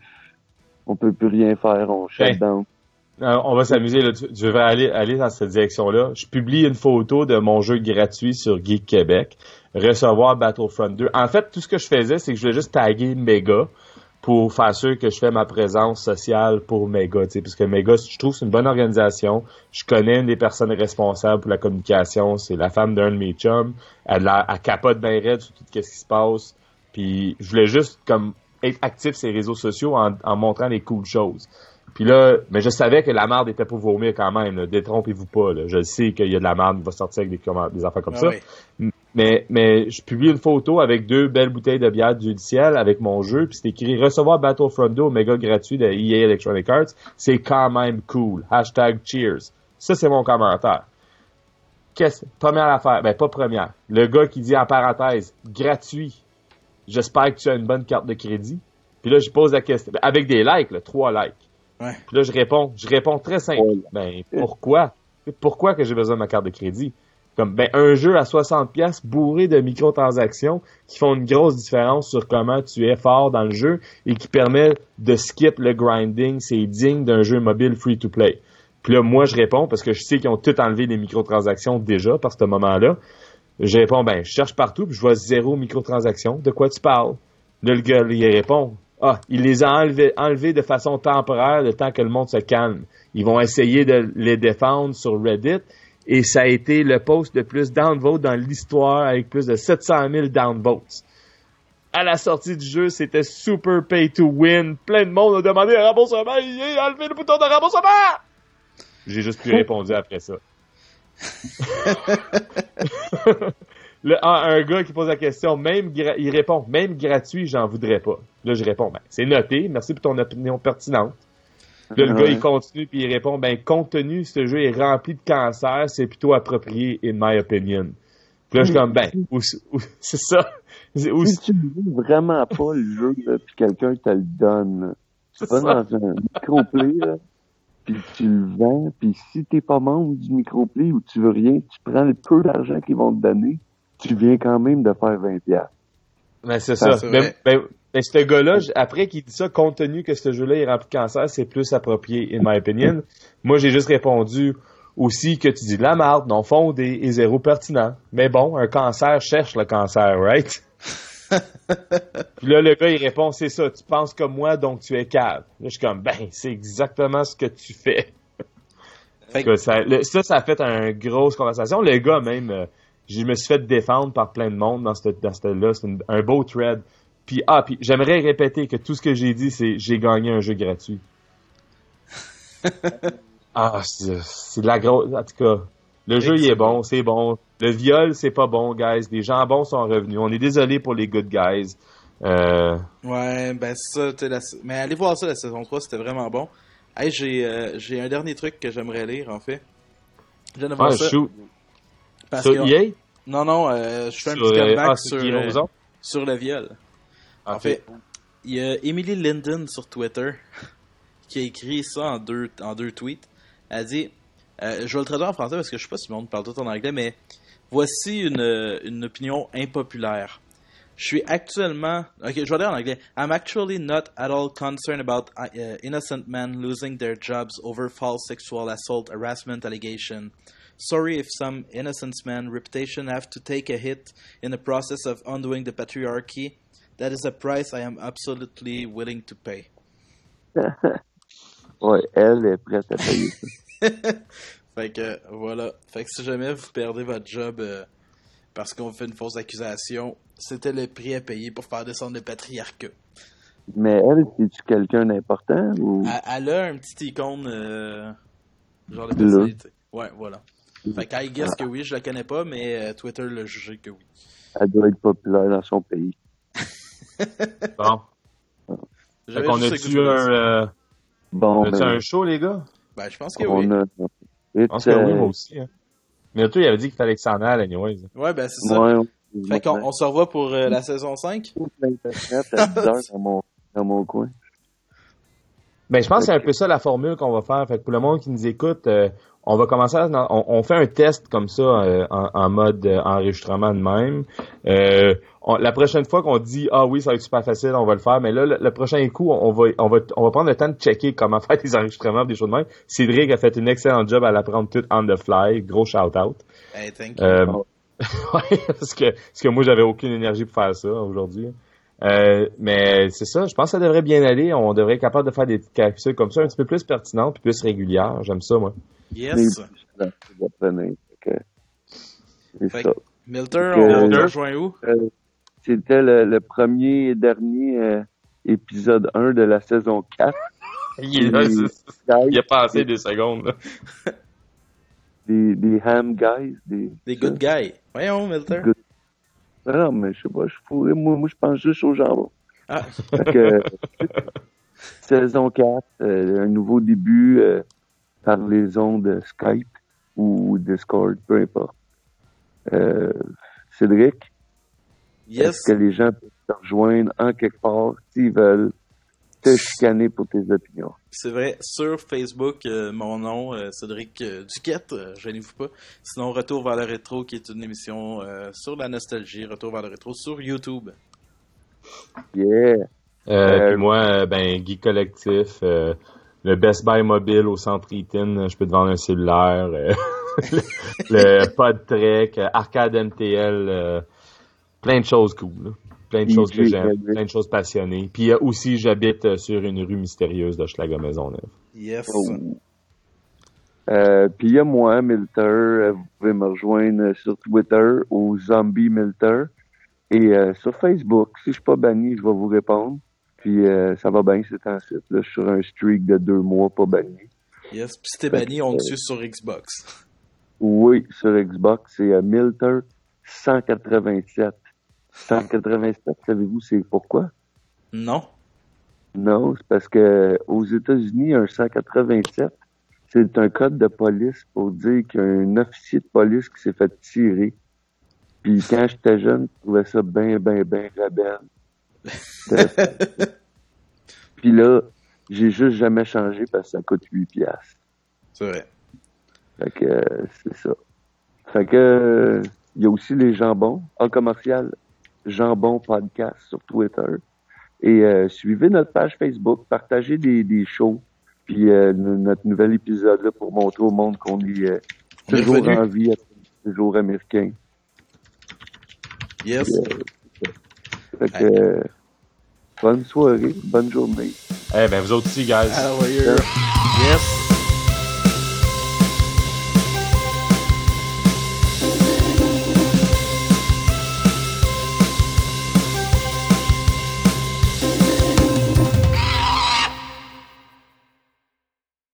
on peut plus rien faire, on shut down. » On va s'amuser, là. Tu veux aller dans cette direction-là. Je publie une photo de mon jeu gratuit sur Geek Québec, recevoir Battlefront 2. En fait, tout ce que je faisais, c'est que je voulais juste taguer Mega pour faire sûr que je fais ma présence sociale pour Mega, tu sais, parce que Mega, je trouve que c'est une bonne organisation. Je connais une des personnes responsables pour la communication, c'est la femme d'un de mes chums. Elle capote bien raide sur tout ce qui se passe. Puis je voulais juste comme être actif sur les réseaux sociaux en montrant les cool choses. Puis là, mais je savais que la merde était pour vomir quand même, là. Détrompez-vous pas, là. Je sais qu'il y a de la merde qui va sortir avec des affaires comme ça. Oui. Mais je publie une photo avec 2 belles bouteilles de bière du ciel avec mon jeu, puis c'est écrit recevoir Battlefront 2 au méga gratuit de EA Electronic Arts, c'est quand même cool. #cheers. Ça, c'est mon commentaire. Première affaire, pas première. Le gars qui dit en parenthèse, gratuit. J'espère que tu as une bonne carte de crédit. Puis là, je pose la question, avec des likes, là, 3 likes. Ouais. Puis là, je réponds très simple. Pourquoi? Pourquoi que j'ai besoin de ma carte de crédit? Comme, un jeu à 60$ bourré de microtransactions qui font une grosse différence sur comment tu es fort dans le jeu et qui permet de skip le grinding. C'est digne d'un jeu mobile free-to-play. Puis là, moi, je réponds parce que je sais qu'ils ont tout enlevé les microtransactions déjà par ce moment-là. Je réponds, je cherche partout puis je vois 0 microtransactions. De quoi tu parles? Là, le gars, il répond, il les a enlevés de façon temporaire le temps que le monde se calme. Ils vont essayer de les défendre sur Reddit et ça a été le post de plus downvote dans l'histoire avec plus de 700 000 downvotes. À la sortie du jeu, c'était super pay to win. Plein de monde a demandé un remboursement. Il a enlevé le bouton de remboursement! J'ai juste plus répondu après ça. Un gars qui pose la question, il répond, même gratuit, j'en voudrais pas. Là, je réponds, c'est noté, merci pour ton opinion pertinente. Là, le gars, il continue, puis il répond, compte tenu, ce jeu est rempli de cancer, c'est plutôt approprié, in my opinion. Puis là, je suis comme, c'est ça. Si tu ne veux vraiment pas le jeu, puis quelqu'un te le donne, Tu vas dans un microplay, là, puis tu le vends, puis si t'es pas membre du microplay ou tu veux rien, tu prends le peu d'argent qu'ils vont te donner, tu viens quand même de faire 20$. Ben, c'est ça. c'est vrai. Ben, ce gars-là, après qu'il dit ça, compte tenu que ce jeu-là est rempli de cancer, c'est plus approprié, in my opinion. Moi, j'ai juste répondu aussi que tu dis de la marde, non fondé et zéro pertinent. Mais bon, un cancer cherche le cancer, right? Puis là, le gars, il répond, c'est ça, tu penses comme moi, donc tu es cave. Là, je suis comme, ben, c'est exactement ce que tu fais. Fait que- Ça a fait une grosse conversation. Le gars, même, je me suis fait défendre par plein de monde dans ce là. C'est un beau thread. Puis j'aimerais répéter que tout ce que j'ai dit, c'est j'ai gagné un jeu gratuit. C'est de la grosse. En tout cas, le jeu, il est bon, c'est bon. Le viol, c'est pas bon, guys. Des gens bons sont revenus. On est désolé pour les good guys. Ouais, ben c'est ça. Mais allez voir ça, la saison 3, c'était vraiment bon. Hey, j'ai un dernier truc que j'aimerais lire, en fait. Je viens de voir ça. Shoot. Parce Sur que... EA? Non, je fais un petit comeback sur sur le viol. En En fait, il y a Emily Linden sur Twitter qui a écrit ça en deux tweets. Elle dit, je vais le traduire en français parce que je sais pas si le monde parle tout en anglais, mais voici une opinion impopulaire. Je suis actuellement... Ok, je vais dire en anglais. I'm actually not at all concerned about innocent men losing their jobs over false sexual assault harassment allegation. Sorry if some innocent men's reputation have to take a hit in the process of undoing the patriarchy. That is a price I am absolutely willing to pay. Ouais, elle est prête à payer ça. Fait que, voilà. Fait que si jamais vous perdez votre job parce qu'on fait une fausse accusation, c'était le prix à payer pour faire descendre le patriarcat. Mais elle, c'est-tu quelqu'un d'important ou... Elle a un petit icône genre de Là. personnalité. Ouais, voilà. Fait que I guess que oui, je la connais pas, mais Twitter l'a jugé que oui. Elle doit être populaire dans son pays. Bon. Fait qu'on a-tu un... Bon, on a-tu un show, les gars? Ben, je pense que oui. Je pense que oui, moi aussi. Hein. Mais toi, il avait dit qu'il fallait que ça en aille, anyways. Ouais, ben c'est ça. Fait qu'on se revoit pour la saison 5. L'Internet à 10 heures dans mon coin. Ben, je pense que c'est un peu ça la formule qu'on va faire. Fait que pour le monde qui nous écoute, on va commencer on fait un test comme ça en mode enregistrement de même. La prochaine fois qu'on dit ah oui, ça va être super facile, on va le faire, mais là le prochain coup, on va prendre le temps de checker comment faire des enregistrements, des choses de même. Cédric a fait une excellente job à l'apprendre tout on the fly, gros shout out. Hey, thank you. Ouais, parce que moi j'avais aucune énergie pour faire ça aujourd'hui. Mais c'est ça, je pense que ça devrait bien aller. On devrait être capable de faire des petites capsules comme ça, un petit peu plus pertinentes puis plus régulières. J'aime ça, moi. Yes. C'est ça. Milter, on rejoint où? C'était le premier et dernier épisode 1 de la saison 4. Il a passé des secondes. Là. Des ham guys. Des good guys. Voyons, Milter. Non, mais je sais pas, je suis fourré. Moi, je pense juste au jambon. Ah. Fait que, saison 4, un nouveau début par les ondes Skype ou Discord, peu importe. Cédric, yes. Est-ce que les gens peuvent te rejoindre en quelque part s'ils veulent te chicaner pour tes opinions? C'est vrai, sur Facebook, mon nom, Cédric Duquette, gênez-vous pas. Sinon, Retour vers le rétro, qui est une émission sur la nostalgie, Retour vers le rétro sur YouTube. Yeah! Puis moi, Guy Collectif, le Best Buy mobile au centre Eaton, je peux te vendre un cellulaire, le Pod Trek, Arcade MTL, plein de choses cool, là. Plein de choses que j'aime, plein de choses passionnées. Puis aussi, j'habite sur une rue mystérieuse d'Hochelaga-Maisonneuve. Yes. Puis il y a moi, Milter. Vous pouvez me rejoindre sur Twitter au Zombie Milter. Et sur Facebook, si je suis pas banni, je vais vous répondre. Puis ça va bien, c'est un site. Là, je suis sur un streak de 2 mois pas banni. Yes, puis si t'es banni, on te suit sur Xbox. Oui, sur Xbox, c'est Milter 187. 187, savez-vous c'est pourquoi? Non. Non, c'est parce que aux États-Unis, un 187, c'est un code de police pour dire qu'il y a un officier de police qui s'est fait tirer. Puis quand j'étais jeune, je trouvais ça bien rebelle. Puis là, J'ai juste jamais changé parce que ça coûte 8$. C'est vrai. Fait que c'est ça. Fait que il y a aussi les jambons, en commercial, Jambon Podcast sur Twitter. Et suivez notre page Facebook, partagez des shows, puis notre nouvel épisode là, pour montrer au monde qu'on est toujours en vie, toujours américain. Yes. Puis, fait que bonne soirée, bonne journée. Eh ben vous autres aussi, guys. Yes.